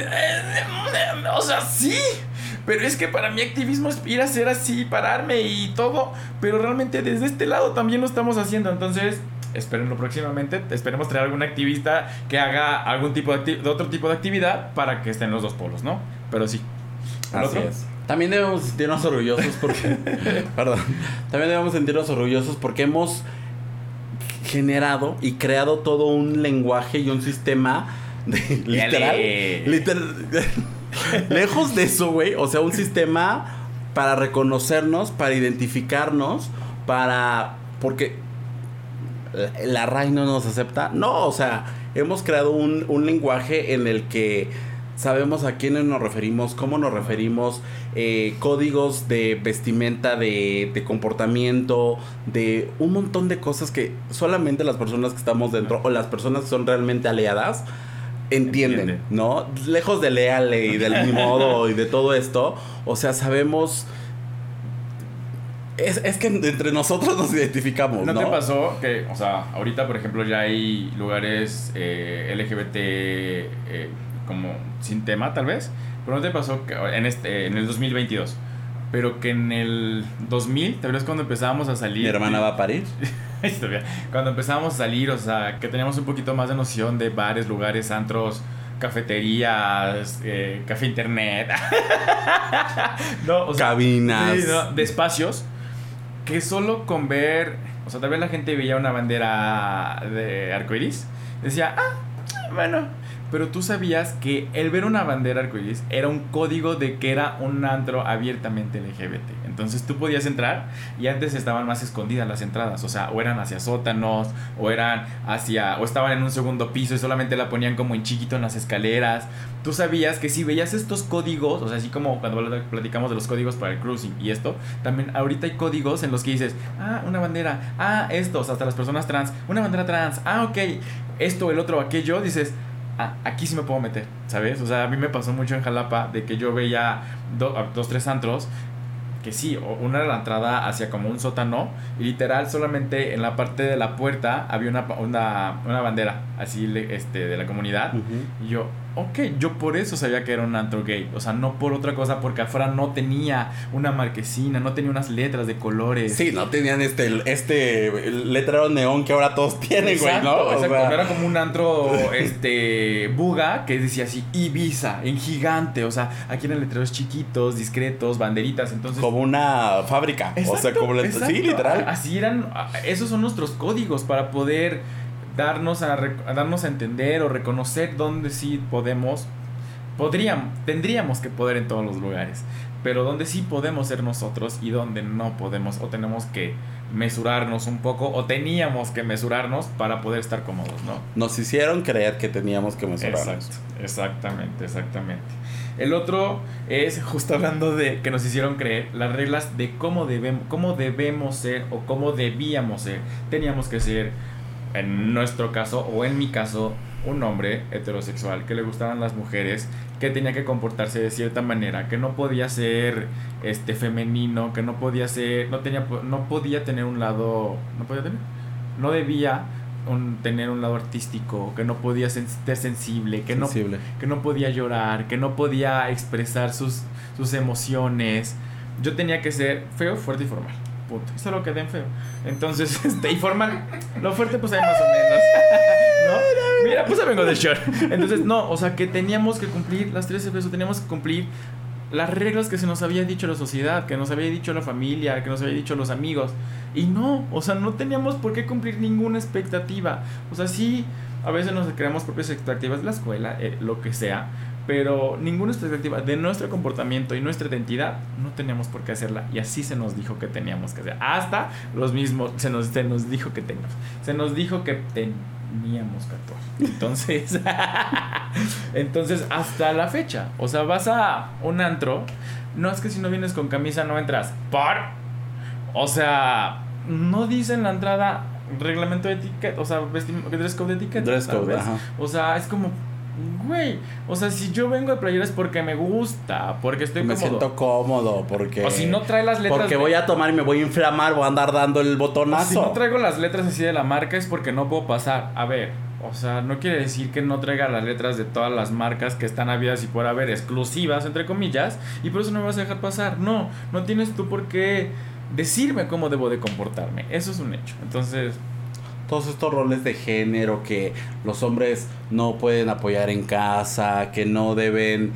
o sea, sí. Pero es que para mí activismo es ir a ser así, pararme y todo. Pero realmente desde este lado también lo estamos haciendo. Entonces, espérenlo próximamente. Esperemos traer algún activista que haga algún tipo de otro tipo de actividad para que estén los dos polos, ¿no? Pero sí. Así es. También debemos sentirnos orgullosos porque... Perdón. También debemos sentirnos orgullosos porque hemos generado y creado todo un lenguaje y un sistema de... literal lejos de eso, güey. O sea, un sistema para reconocernos, para identificarnos, porque la RAI no nos acepta. No, o sea, hemos creado un lenguaje en el que sabemos a quiénes nos referimos, cómo nos referimos, códigos de vestimenta, de comportamiento, de un montón de cosas que solamente las personas que estamos dentro o las personas que son realmente aliadas entienden, ¿no? Lejos de léale y del mi modo y de todo esto, o sea, sabemos... Es que entre nosotros nos identificamos, ¿no? ¿No te pasó que, o sea, ahorita, por ejemplo, ya hay lugares LGBT como sin tema, tal vez? Pero ¿no te pasó que en el 2022? Pero que en el 2000, tal vez cuando empezábamos a salir... ¿Mi hermana va a parir? Cuando empezábamos a salir, o sea, que teníamos un poquito más de noción de bares, lugares, antros, cafeterías, café internet, no, o sea, cabinas, sí, ¿no? De espacios que solo con ver, o sea, tal vez la gente veía una bandera de arcoiris, decía, bueno. Pero tú sabías que el ver una bandera arcoíris era un código de que era un antro abiertamente LGBT. Entonces tú podías entrar y antes estaban más escondidas las entradas. O sea, o eran hacia sótanos, o estaban en un segundo piso y solamente la ponían como en chiquito en las escaleras. Tú sabías que si veías estos códigos, o sea, así como cuando platicamos de los códigos para el cruising y esto, también ahorita hay códigos en los que dices, una bandera, estos, hasta las personas trans, una bandera trans, ok, esto, el otro, aquello, dices... aquí sí me puedo meter, ¿sabes? O sea, a mí me pasó mucho en Jalapa de que yo veía 2-3 antros que sí, una era la entrada hacia como un sótano y literal solamente en la parte de la puerta había una bandera así de la comunidad. Y yo, yo por eso sabía que era un antro gay, o sea, no por otra cosa, porque afuera no tenía una marquesina, no tenía unas letras de colores. Sí, no tenían este letrero neón que ahora todos tienen, güey, ¿no? Exacto, no era como un antro buga que decía así Ibiza en gigante, o sea, aquí eran letreros chiquitos, discretos, banderitas, entonces como una fábrica. Exacto, o sea, como sí, literal. Así eran, esos son nuestros códigos para poder darnos a entender o reconocer dónde sí tendríamos que poder en todos los lugares, pero donde sí podemos ser nosotros y donde no podemos o tenemos que mesurarnos un poco, o teníamos que mesurarnos para poder estar cómodos, ¿no? Nos hicieron creer que teníamos que mesurarnos. Exactamente. El otro es, justo hablando de que nos hicieron creer, las reglas de cómo debemos ser o cómo debíamos ser. Teníamos que ser, en nuestro caso o en mi caso, un hombre heterosexual que le gustaban las mujeres, que tenía que comportarse de cierta manera, que no podía ser femenino, que no podía ser, no podía tener un lado, no debía tener un lado artístico, que no podía ser sensible, que no podía llorar, que no podía expresar sus emociones. Yo tenía que ser feo, fuerte y formal. Punto. Eso lo quedé en feo. Entonces, y formal, lo fuerte pues ahí más o menos. ¿No? Mira, pues vengo del short. Entonces, no, o sea, que teníamos que cumplir las 13 pesos, teníamos que cumplir las reglas que se nos había dicho la sociedad, que nos había dicho la familia, que nos había dicho los amigos. Y no, o sea, no teníamos por qué cumplir ninguna expectativa. O sea, sí, a veces nos creamos propias expectativas de la escuela, lo que sea, pero ninguna expectativa de nuestro comportamiento y nuestra identidad no teníamos por qué hacerla. Y así se nos dijo que teníamos que hacer. Hasta los mismos se nos dijo que teníamos. Se nos dijo que teníamos que actuar. Entonces hasta la fecha, o sea, vas a un antro, no es que si no vienes con camisa no entras. O sea, no dice en la entrada reglamento de etiqueta, o sea, dress code de etiqueta. Dress code, ajá. O sea, es como, güey, o sea, si yo vengo de playera es porque me gusta, porque estoy me cómodo. Me siento cómodo, porque... O si no trae las letras... Porque voy a tomar y me voy a inflamar, voy a andar dando el botonazo. O si no traigo las letras así de la marca es porque no puedo pasar. A ver, o sea, no quiere decir que no traiga las letras de todas las marcas que están habidas y por haber, exclusivas, entre comillas, y por eso no me vas a dejar pasar. No tienes tú por qué decirme cómo debo de comportarme. Eso es un hecho. Entonces... todos estos roles de género que los hombres no pueden apoyar en casa, que no deben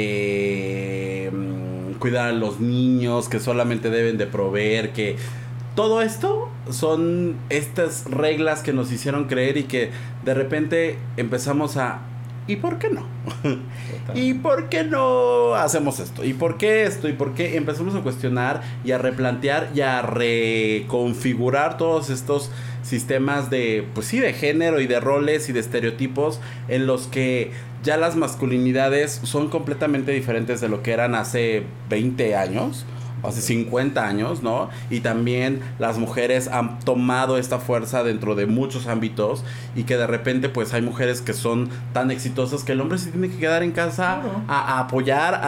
cuidar a los niños, que solamente deben de proveer, que todo esto son estas reglas que nos hicieron creer y que de repente empezamos a... ¿y por qué no? ¿Y por qué no hacemos esto? ¿Y por qué esto? ¿Y por qué? Empezamos a cuestionar y a replantear y a reconfigurar todos estos sistemas de, pues sí, de género y de roles y de estereotipos en los que ya las masculinidades son completamente diferentes de lo que eran hace 20 años. Hace 50 años, ¿no? Y también las mujeres han tomado esta fuerza dentro de muchos ámbitos y que de repente pues hay mujeres que son tan exitosas que el hombre se tiene que quedar en casa, claro, a apoyar,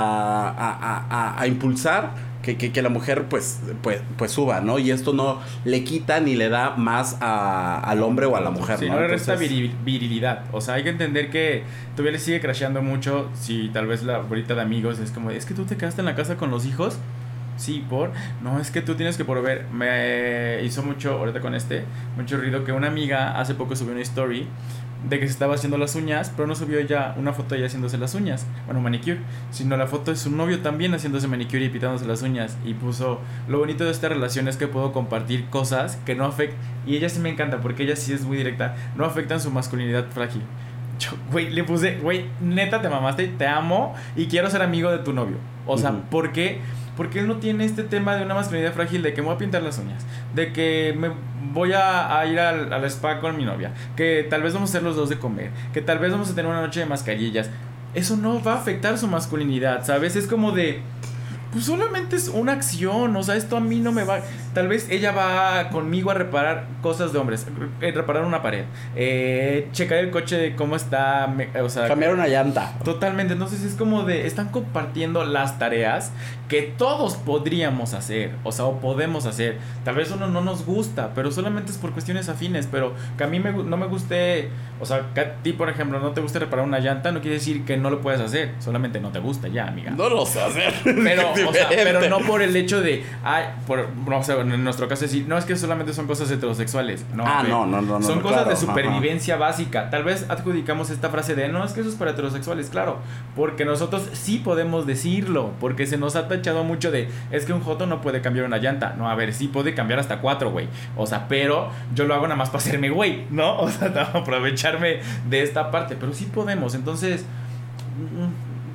a impulsar que la mujer pues suba, ¿no? Y esto no le quita ni le da más al hombre o a la mujer, sí, ¿no? No le resta virilidad. O sea, hay que entender que todavía le sigue crasheando mucho. Si tal vez la bolita de amigos es como, es que tú te quedaste en la casa con los hijos. Sí, no, es que tú tienes que proveer. Me hizo mucho, ahorita con mucho ruido que una amiga hace poco subió una story de que se estaba haciendo las uñas, pero no subió ella una foto de ella haciéndose las uñas, bueno, manicure, sino la foto de su novio también haciéndose manicure y pintándose las uñas. Y puso, lo bonito de esta relación es que puedo compartir cosas que no afectan, y ella sí me encanta porque ella sí es muy directa, no afectan su masculinidad frágil. Yo, güey, le puse, güey, neta te mamaste, te amo y quiero ser amigo de tu novio. O sea, ¿por qué? Porque él no tiene este tema de una masculinidad frágil, de que me voy a pintar las uñas, de que me voy a ir al spa con mi novia, que tal vez vamos a hacer los dos de comer, que tal vez vamos a tener una noche de mascarillas. Eso no va a afectar su masculinidad, ¿sabes? Es como de... pues solamente es una acción, o sea, esto a mí no me va... Tal vez ella va conmigo a reparar cosas de hombres, reparar una pared, checar el coche de cómo está, o sea... cambiar una llanta. Totalmente, entonces es como de... están compartiendo las tareas que todos podríamos hacer, o sea, o podemos hacer. Tal vez uno no nos gusta, pero solamente es por cuestiones afines, pero que a mí no me guste... o sea, que a ti, por ejemplo, no te gusta reparar una llanta, no quiere decir que no lo puedes hacer, solamente no te gusta ya, amiga. No lo sé hacer. Pero, o sea, pero no por el hecho de... no, o sea, en nuestro caso decir, no, es que solamente son cosas heterosexuales. No, no. Son cosas claro, de supervivencia básica. Tal vez adjudicamos esta frase de, no, es que eso es para heterosexuales, claro. Porque nosotros sí podemos decirlo. Porque se nos ha tachado mucho de, es que un joto no puede cambiar una llanta. No, a ver, sí puede cambiar hasta 4, güey. O sea, pero yo lo hago nada más para hacerme güey, ¿no? O sea, aprovecharme de esta parte. Pero sí podemos, entonces...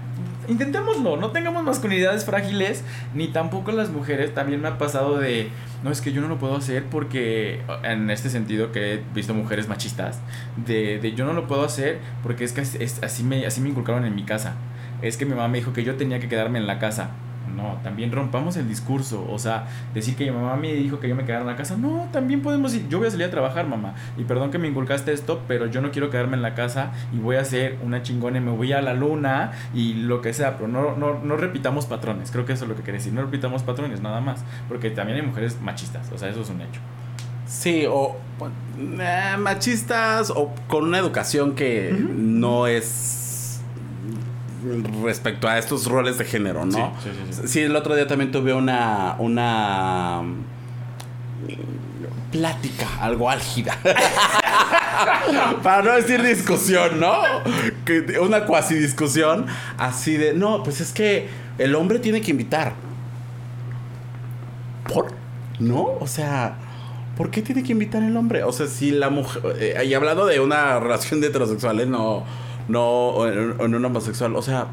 intentémoslo, no tengamos masculinidades frágiles, ni tampoco las mujeres. También me ha pasado de, no, es que yo no lo puedo hacer porque, en este sentido que he visto mujeres machistas, de yo no lo puedo hacer porque es que así me inculcaron en mi casa. Es que mi mamá me dijo que yo tenía que quedarme en la casa. No, también rompamos el discurso. O sea, decir que mi mamá me dijo que yo me quedara en la casa. No, también podemos ir. Yo voy a salir a trabajar, mamá. Y perdón que me inculcaste esto, pero yo no quiero quedarme en la casa y voy a ser una chingona y me voy a la luna y lo que sea. Pero no repitamos patrones. Creo que eso es lo que quiere decir. No repitamos patrones, nada más. Porque también hay mujeres machistas. O sea, eso es un hecho. Sí, o machistas o con una educación que no es respecto a estos roles de género, ¿no? Sí. Sí, el otro día también tuve una plática algo álgida. Para no decir discusión, ¿no? Una cuasi discusión así de, no, pues es que el hombre tiene que invitar. ¿Por? ¿No? O sea, ¿por qué tiene que invitar el hombre? O sea, si la mujer... y hablando de una relación de heterosexuales, no en un homosexual, o sea,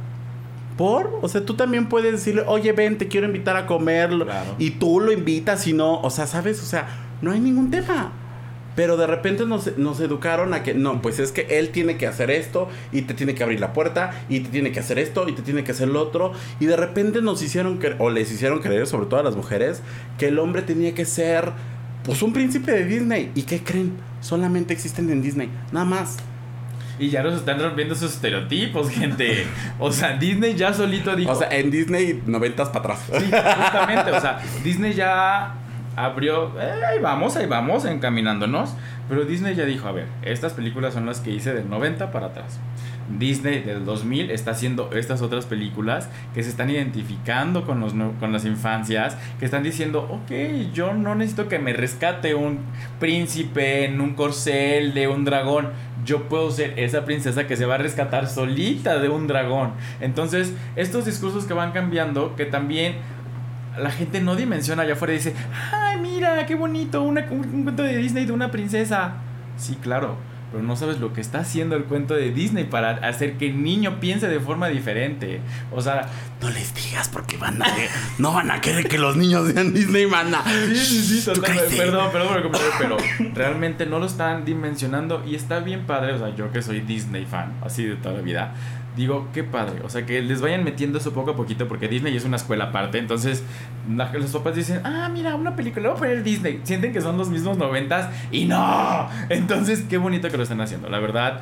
o sea, tú también puedes decirle, oye, ven, te quiero invitar a comer, claro. Y tú lo invitas y no, o sea, ¿sabes? O sea, no hay ningún tema. Pero de repente nos educaron a que, no, pues es que él tiene que hacer esto y te tiene que abrir la puerta y te tiene que hacer esto y te tiene que hacer lo otro. Y de repente les hicieron creer, sobre todo a las mujeres, que el hombre tenía que ser, pues, un príncipe de Disney. ¿Y qué creen? Solamente existen en Disney, nada más. Y ya nos están rompiendo esos estereotipos, gente. O sea, Disney ya solito dijo... O sea, en Disney 90s para atrás. Sí, justamente. O sea, Disney ya abrió... ahí vamos, encaminándonos. Pero Disney ya dijo, a ver, estas películas son las que hice del 90 para atrás. Disney del 2000 está haciendo estas otras películas que se están identificando con las infancias, que están diciendo, ok, yo no necesito que me rescate un príncipe en un corcel de un dragón. Yo puedo ser esa princesa que se va a rescatar solita de un dragón. Entonces, estos discursos que van cambiando, que también la gente no dimensiona allá afuera y dice, ay, mira, qué bonito, un cuento de Disney de una princesa. Sí, claro, pero no sabes lo que está haciendo el cuento de Disney para hacer que el niño piense de forma diferente. O sea, no les digas porque no van a querer que los niños vean Disney, mana. Sí, totalmente. Perdón por el comentario, pero realmente no lo están dimensionando y está bien padre. O sea, yo que soy Disney fan, así de toda la vida, digo, qué padre. O sea, que les vayan metiendo eso poco a poquito, porque Disney es una escuela aparte. Entonces, los papás dicen, mira, una película, voy a poner Disney. Sienten que son los mismos 90s y no. Entonces, qué bonito que lo están haciendo. La verdad,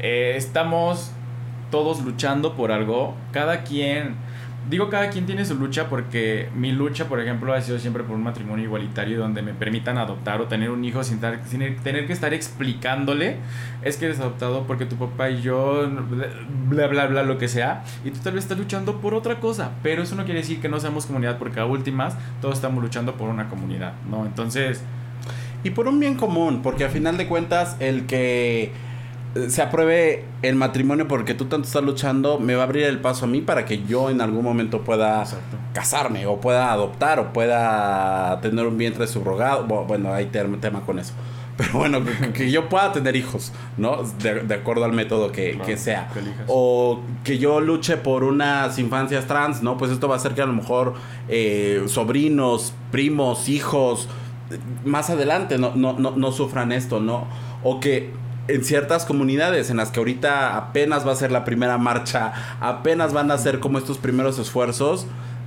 estamos todos luchando por algo. Cada quien tiene su lucha, porque mi lucha, por ejemplo, ha sido siempre por un matrimonio igualitario donde me permitan adoptar o tener un hijo sin tener que estar explicándole, es que eres adoptado porque tu papá y yo, bla, bla, bla, lo que sea, y tú tal vez estás luchando por otra cosa, pero eso no quiere decir que no seamos comunidad, porque a últimas todos estamos luchando por una comunidad, ¿no? Entonces... Y por un bien común, porque a final de cuentas el que se apruebe el matrimonio porque tú tanto estás luchando me va a abrir el paso a mí para que yo en algún momento pueda casarme o pueda adoptar o pueda tener un vientre subrogado. Bueno, hay tema con eso, pero bueno, que yo pueda tener hijos, ¿no? De acuerdo al método que sea, o que yo luche por unas infancias trans, ¿no? Pues esto va a hacer que a lo mejor sobrinos, primos, hijos más adelante no sufran esto, ¿no? O que en ciertas comunidades en las que ahorita apenas va a ser la primera marcha, apenas van a hacer como estos primeros esfuerzos,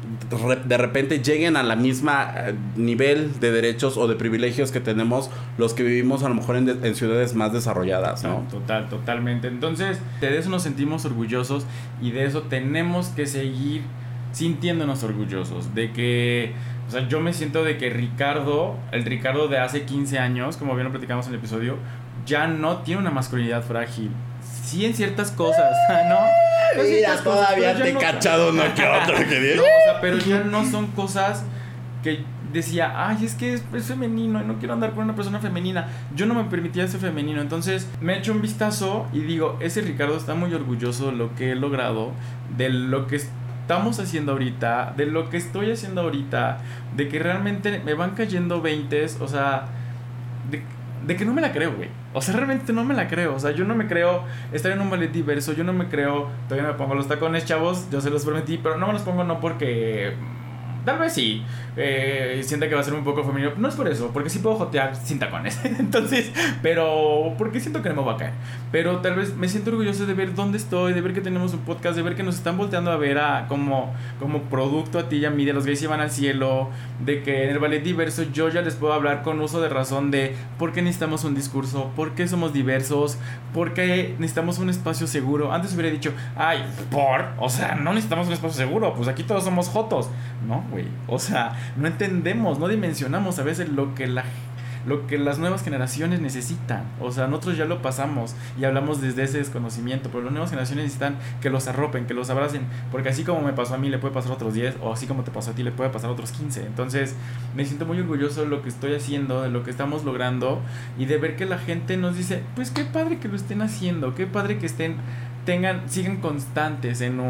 de repente lleguen a la misma nivel de derechos o de privilegios que tenemos los que vivimos a lo mejor en ciudades más desarrolladas, ¿no? Totalmente. Entonces, de eso nos sentimos orgullosos y de eso tenemos que seguir sintiéndonos orgullosos. De que, o sea, yo me siento de que el Ricardo de hace 15 años, como bien lo platicamos en el episodio, ya no tiene una masculinidad frágil. Sí, en ciertas cosas, ¿no? Mira, todavía te he cachado uno que otro. No, o sea, pero ya no son cosas que decía, ay, es que es femenino y no quiero andar con una persona femenina. Yo no me permitía ser femenino. Entonces me echo un vistazo y digo, ese Ricardo está muy orgulloso de lo que he logrado, de lo que estamos haciendo ahorita, de lo que estoy haciendo ahorita, de que realmente me van cayendo veintes, o sea, de que no me la creo, güey. O sea, realmente no me la creo. O sea, yo no me creo estar en un ballet diverso. Yo no me creo... Todavía no me pongo los tacones, chavos. Yo se los prometí. Pero no me los pongo no porque... Tal vez sí. Sienta que va a ser un poco femenino. No es por eso. Porque sí puedo jotear sin tacones. Entonces... Pero... Porque siento que no me va a caer. Pero tal vez me siento orgulloso de ver dónde estoy. De ver que tenemos un podcast. De ver que nos están volteando a ver como producto a ti y a mí. De los gays se van al cielo. De que en el ballet diverso yo ya les puedo hablar con uso de razón de por qué necesitamos un discurso. Por qué somos diversos. Por qué necesitamos un espacio seguro. Antes hubiera dicho, ay, o sea, no necesitamos un espacio seguro. Pues aquí todos somos jotos. No, güey. O sea, no entendemos, no dimensionamos a veces lo que las nuevas generaciones necesitan. O sea, nosotros ya lo pasamos y hablamos desde ese desconocimiento, pero las nuevas generaciones necesitan que los arropen, que los abracen, porque así como me pasó a mí le puede pasar a otros 10, o así como te pasó a ti le puede pasar a otros 15. Entonces me siento muy orgulloso de lo que estoy haciendo, de lo que estamos logrando, y de ver que la gente nos dice, pues qué padre que lo estén haciendo, qué padre que sigan constantes en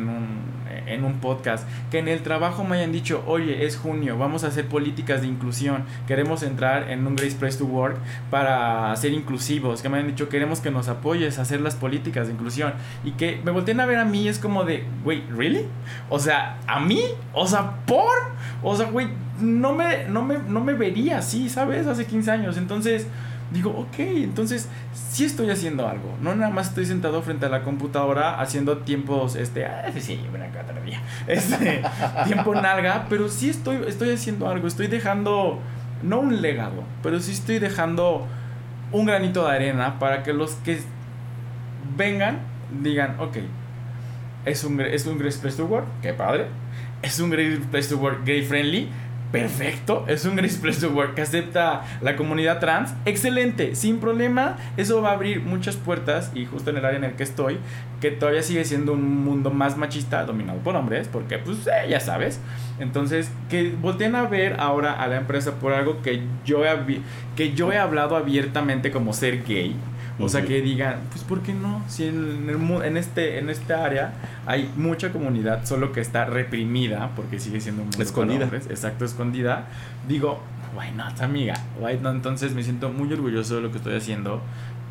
un podcast, que en el trabajo me hayan dicho, oye, es junio, vamos a hacer políticas de inclusión, queremos entrar en un Great Place to Work para ser inclusivos, que me hayan dicho, queremos que nos apoyes a hacer las políticas de inclusión, y que me volteen a ver a mí, es como de, güey, ¿really? O sea, ¿a mí? O sea, o sea, güey, no me vería así, ¿sabes? Hace 15 años, entonces... Digo, ok, entonces sí estoy haciendo algo. No nada más estoy sentado frente a la computadora haciendo tiempos, sí, ven acá todavía. Tiempo nalga, pero sí estoy haciendo algo. Estoy dejando, no un legado, pero sí estoy dejando un granito de arena para que los que vengan digan, ok, es un Great Place to Work, qué padre. Es un Great Place to Work gay friendly. Perfecto, es un Great Place to Work que acepta la comunidad trans. Excelente, sin problema. Eso va a abrir muchas puertas. Y justo en el área en el que estoy, que todavía sigue siendo un mundo más machista, dominado por hombres, porque pues ya sabes. Entonces, que volteen a ver ahora a la empresa por algo que yo he hablado abiertamente como ser gay. O sea, que digan, pues ¿por qué no? Si en esta área hay mucha comunidad, solo que está reprimida, porque sigue siendo un mundo escondida. Para hombres, exacto, escondida. Digo, why not, amiga? Why not? Entonces me siento muy orgulloso de lo que estoy haciendo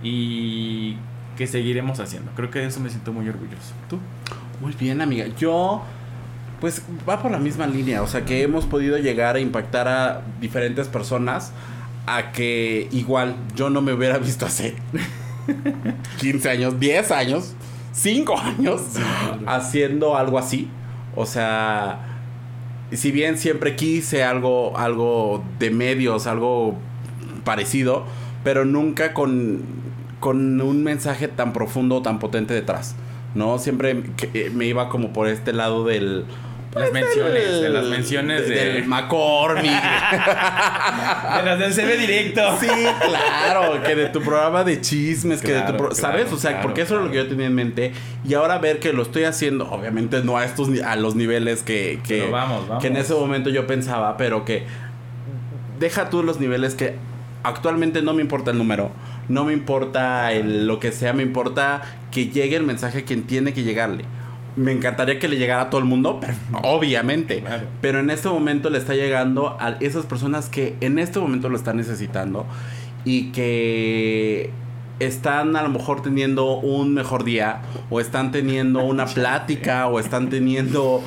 y que seguiremos haciendo. Creo que de eso me siento muy orgulloso. ¿Tú? Muy bien, amiga. Yo, pues, va por la misma línea. O sea, que hemos podido llegar a impactar a diferentes personas a que igual yo no me hubiera visto hace 15 años, 10 años, 5 años haciendo algo así. O sea, si bien siempre quise algo de medios, algo parecido, pero nunca con un mensaje tan profundo, tan potente detrás, ¿no? Siempre me iba como por este lado del... Las menciones del McCormick. De las del CB directo. Sí, claro, que de tu programa de chismes, claro, que de tu ¿sabes? O sea, claro, porque eso es lo que yo tenía en mente. Y ahora ver que lo estoy haciendo, obviamente no a los niveles que vamos. Que en ese momento yo pensaba, pero que deja tú los niveles que actualmente no me importa el número, no me importa lo que sea, me importa que llegue el mensaje a quien tiene que llegarle. Me encantaría que le llegara a todo el mundo, pero, obviamente. Claro. Pero en este momento le está llegando a esas personas que en este momento lo están necesitando y que están a lo mejor teniendo un mejor día, o están teniendo una plática, o están teniendo...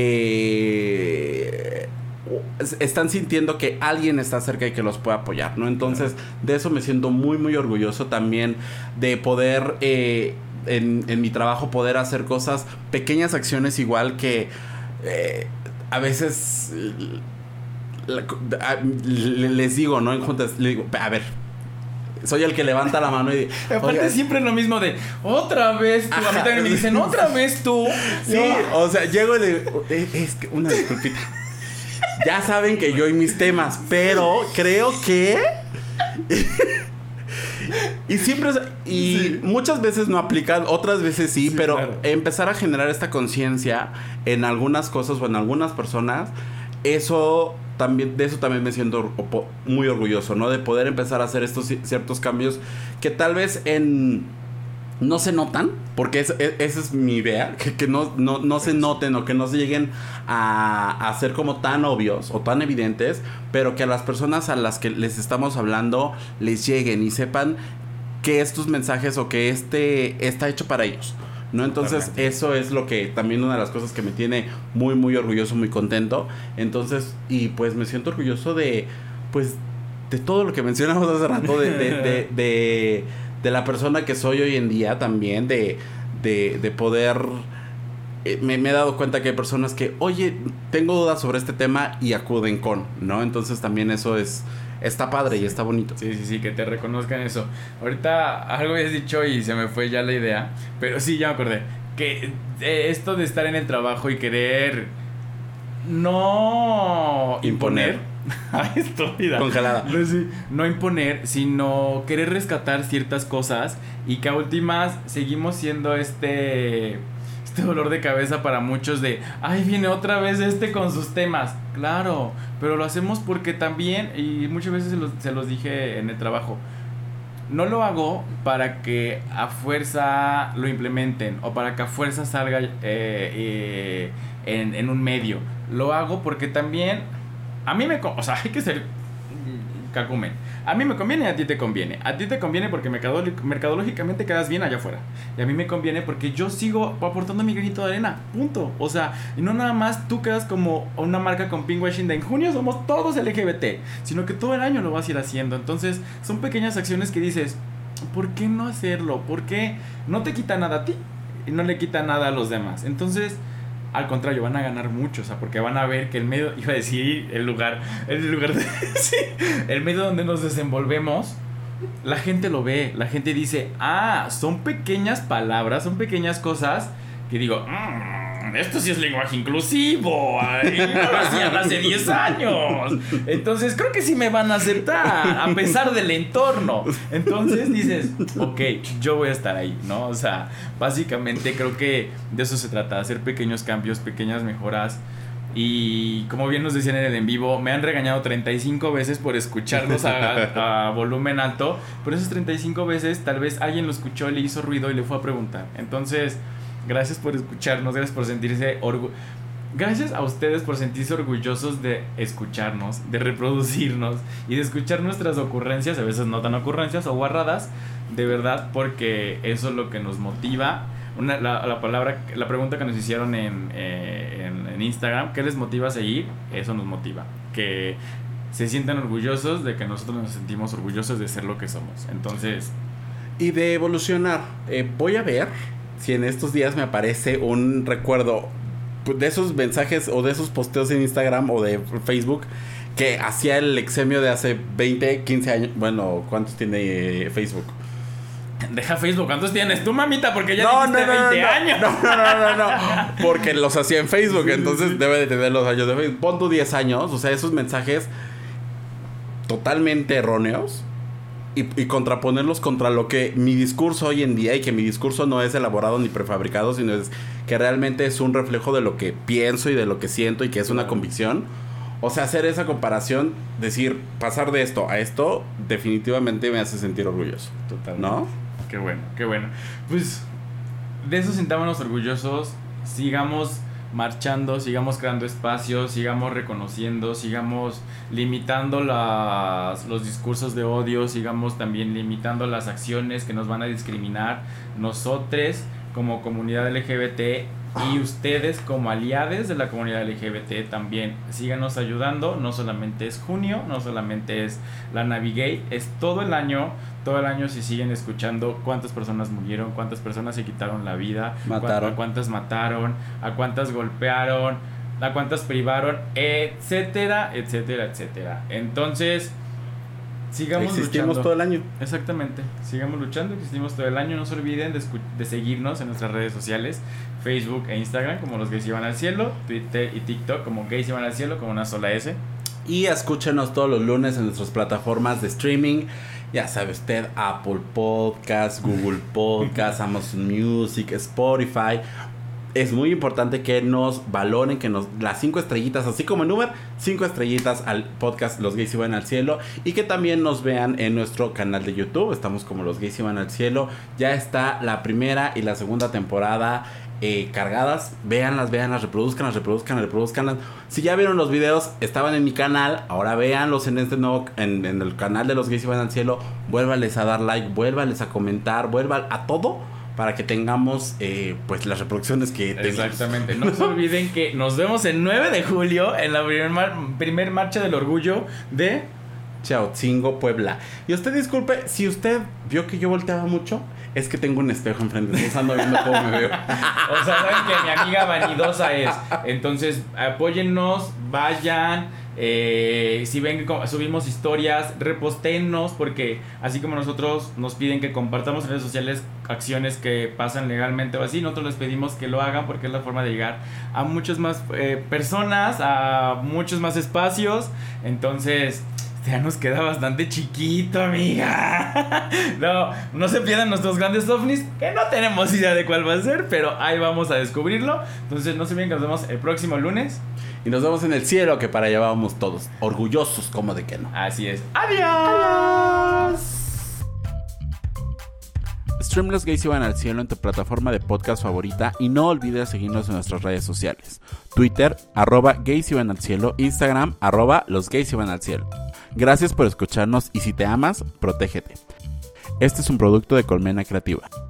están sintiendo que alguien está cerca y que los puede apoyar, ¿no? Entonces, de eso me siento muy, muy orgulloso también de poder... En mi trabajo poder hacer cosas, pequeñas acciones, igual que a veces les digo, ¿no? En juntas, les digo, a ver, soy el que levanta la mano y... Aparte siempre es lo mismo de, otra vez tú. Ajá. A mí también me dicen, otra vez tú. Sí, o sea, llego y le digo, es que una disculpita. Ya saben que yo y mis temas, pero creo que... Y siempre, sí, muchas veces no aplican, otras veces sí, pero claro, empezar a generar esta conciencia en algunas cosas o en algunas personas, de eso también me siento muy orgulloso, ¿no? De poder empezar a hacer estos ciertos cambios que tal vez no se notan, porque esa es mi idea, que no se noten o que no se lleguen a ser como tan obvios o tan evidentes, pero que a las personas a las que les estamos hablando les lleguen y sepan que estos mensajes o que está hecho para ellos, ¿no? Entonces, totalmente. Eso es lo que también una de las cosas que me tiene muy, muy orgulloso, muy contento. Entonces, y pues me siento orgulloso de todo lo que mencionamos hace rato, de la persona que soy hoy en día también, de poder... Me he dado cuenta que hay personas que, oye, tengo dudas sobre este tema y acuden con, ¿no? Entonces también eso está padre y está bonito. Sí, que te reconozcan eso. Ahorita algo habías dicho y se me fue ya la idea, pero sí, ya me acordé. Que esto de estar en el trabajo y querer no imponer. Ay, estúpida. Congelada. No imponer, sino querer rescatar ciertas cosas y que a últimas seguimos siendo este dolor de cabeza para muchos de, ay, viene otra vez con sus temas. Claro, pero lo hacemos porque también, y muchas veces se los dije en el trabajo, no lo hago para que a fuerza lo implementen o para que a fuerza salga en un medio. Lo hago porque también a mí o sea, hay que ser cacumen. A mí me conviene y a ti te conviene. A ti te conviene porque mercadológicamente quedas bien allá afuera. Y a mí me conviene porque yo sigo aportando mi granito de arena. Punto. O sea, y no nada más tú quedas como una marca con pinkwashing de en junio somos todos LGBT, sino que todo el año lo vas a ir haciendo. Entonces, son pequeñas acciones que dices, ¿por qué no hacerlo? ¿Por qué no te quita nada a ti y no le quita nada a los demás? Entonces, al contrario, van a ganar mucho, o sea, porque van a ver que el medio, iba a decir el lugar de, sí, el medio donde nos desenvolvemos, la gente lo ve, la gente dice, son pequeñas palabras, son pequeñas cosas que digo, esto sí es lenguaje inclusivo, lo hacían hace 10 años, entonces creo que sí me van a aceptar, a pesar del entorno. Entonces dices, ok, yo voy a estar ahí, ¿no? O sea, básicamente creo que de eso se trata, hacer pequeños cambios, pequeñas mejoras. Y como bien nos decían en el en vivo, me han regañado 35 veces por escucharlos a volumen alto, pero esas 35 veces tal vez alguien lo escuchó, le hizo ruido y le fue a preguntar. Entonces, gracias por escucharnos, gracias por sentirse gracias a ustedes por sentirse orgullosos de escucharnos, de reproducirnos y de escuchar nuestras ocurrencias, a veces no tan ocurrencias o guarradas, de verdad, porque eso es lo que nos motiva. La pregunta que nos hicieron en Instagram, ¿qué les motiva a seguir? Eso nos motiva, que se sientan orgullosos de que nosotros nos sentimos orgullosos de ser lo que somos. Entonces, y de evolucionar. Voy a ver si en estos días me aparece un recuerdo de esos mensajes o de esos posteos en Instagram o de Facebook que hacía el exemio de hace 20, 15 años. Bueno, ¿cuántos tiene Facebook? Deja Facebook, ¿cuántos tienes tú, mamita? Porque ya dijiste 20 años. No. Porque los hacía en Facebook, entonces debe de tener los años de Facebook. Pon tú 10 años, o sea, esos mensajes totalmente erróneos. Y contraponerlos contra lo que mi discurso hoy en día, y que mi discurso no es elaborado ni prefabricado, sino es que realmente es un reflejo de lo que pienso y de lo que siento y que es una convicción. O sea, hacer esa comparación, decir, pasar de esto a esto, definitivamente me hace sentir orgulloso. Totalmente. ¿No? Qué bueno. Pues de eso sintámonos orgullosos, sigamos marchando, sigamos creando espacios, sigamos reconociendo, sigamos limitando los discursos de odio, sigamos también limitando las acciones que nos van a discriminar. Nosotros como comunidad LGBT y ustedes como aliados de la comunidad LGBT también síganos ayudando. No solamente es junio, no solamente es la Navigate, es todo el año. Si siguen escuchando cuántas personas murieron, cuántas personas se quitaron la vida, a cuántas mataron, a cuántas golpearon, a cuántas privaron, etcétera. Entonces, sigamos luchando todo el año. Exactamente, sigamos luchando, existimos todo el año. No se olviden de seguirnos en nuestras redes sociales, Facebook e Instagram como Los Gays Iban al Cielo, Twitter y TikTok como Gays Iban al Cielo con una sola S. Y escúchenos todos los lunes en nuestras plataformas de streaming. Ya sabe usted, Apple Podcasts, Google Podcasts, Amazon Music, Spotify. Es muy importante que nos valoren, que nos las 5 estrellitas, así como en Uber, 5 estrellitas al podcast Los Gays Iban al Cielo. Y que también nos vean en nuestro canal de YouTube. Estamos como Los Gays Iban al Cielo. Ya está la primera y la segunda temporada cargadas, véanlas, reproduzcanlas. Si ya vieron los videos, estaban en mi canal, ahora véanlos en este nuevo, en el canal de Los Gays Iban al Cielo. Vuélvales a dar like, vuélvales a comentar, vuelvan a todo para que tengamos pues las reproducciones que tengamos. Exactamente, no se olviden que nos vemos el 9 de julio en la primer marcha del orgullo de Chautzingo, Puebla. Y usted disculpe, si usted vio que yo volteaba mucho, es que tengo un espejo enfrente, entonces ando viendo cómo me veo. O sea, saben que mi amiga vanidosa es. Entonces, apóyennos, vayan. Si ven que subimos historias, reposténnos, porque así como nosotros nos piden que compartamos en redes sociales acciones que pasan legalmente o así, nosotros les pedimos que lo hagan porque es la forma de llegar a muchas más personas, a muchos más espacios. Entonces, ya nos queda bastante chiquito, amiga. No se pierdan nuestros grandes ovnis, que no tenemos idea de cuál va a ser, pero ahí vamos a descubrirlo. Entonces no se olviden que nos vemos el próximo lunes. Y nos vemos en el cielo, que para allá vamos todos, orgullosos como de que no. Así es. ¡Adiós! Stream Los Gays Iban al Cielo en tu plataforma de podcast favorita y no olvides seguirnos en nuestras redes sociales. Twitter, @Gays Iban al Cielo, Instagram, @Los Gays Iban al Cielo. Gracias por escucharnos y si te amas, protégete. Este es un producto de Colmena Creativa.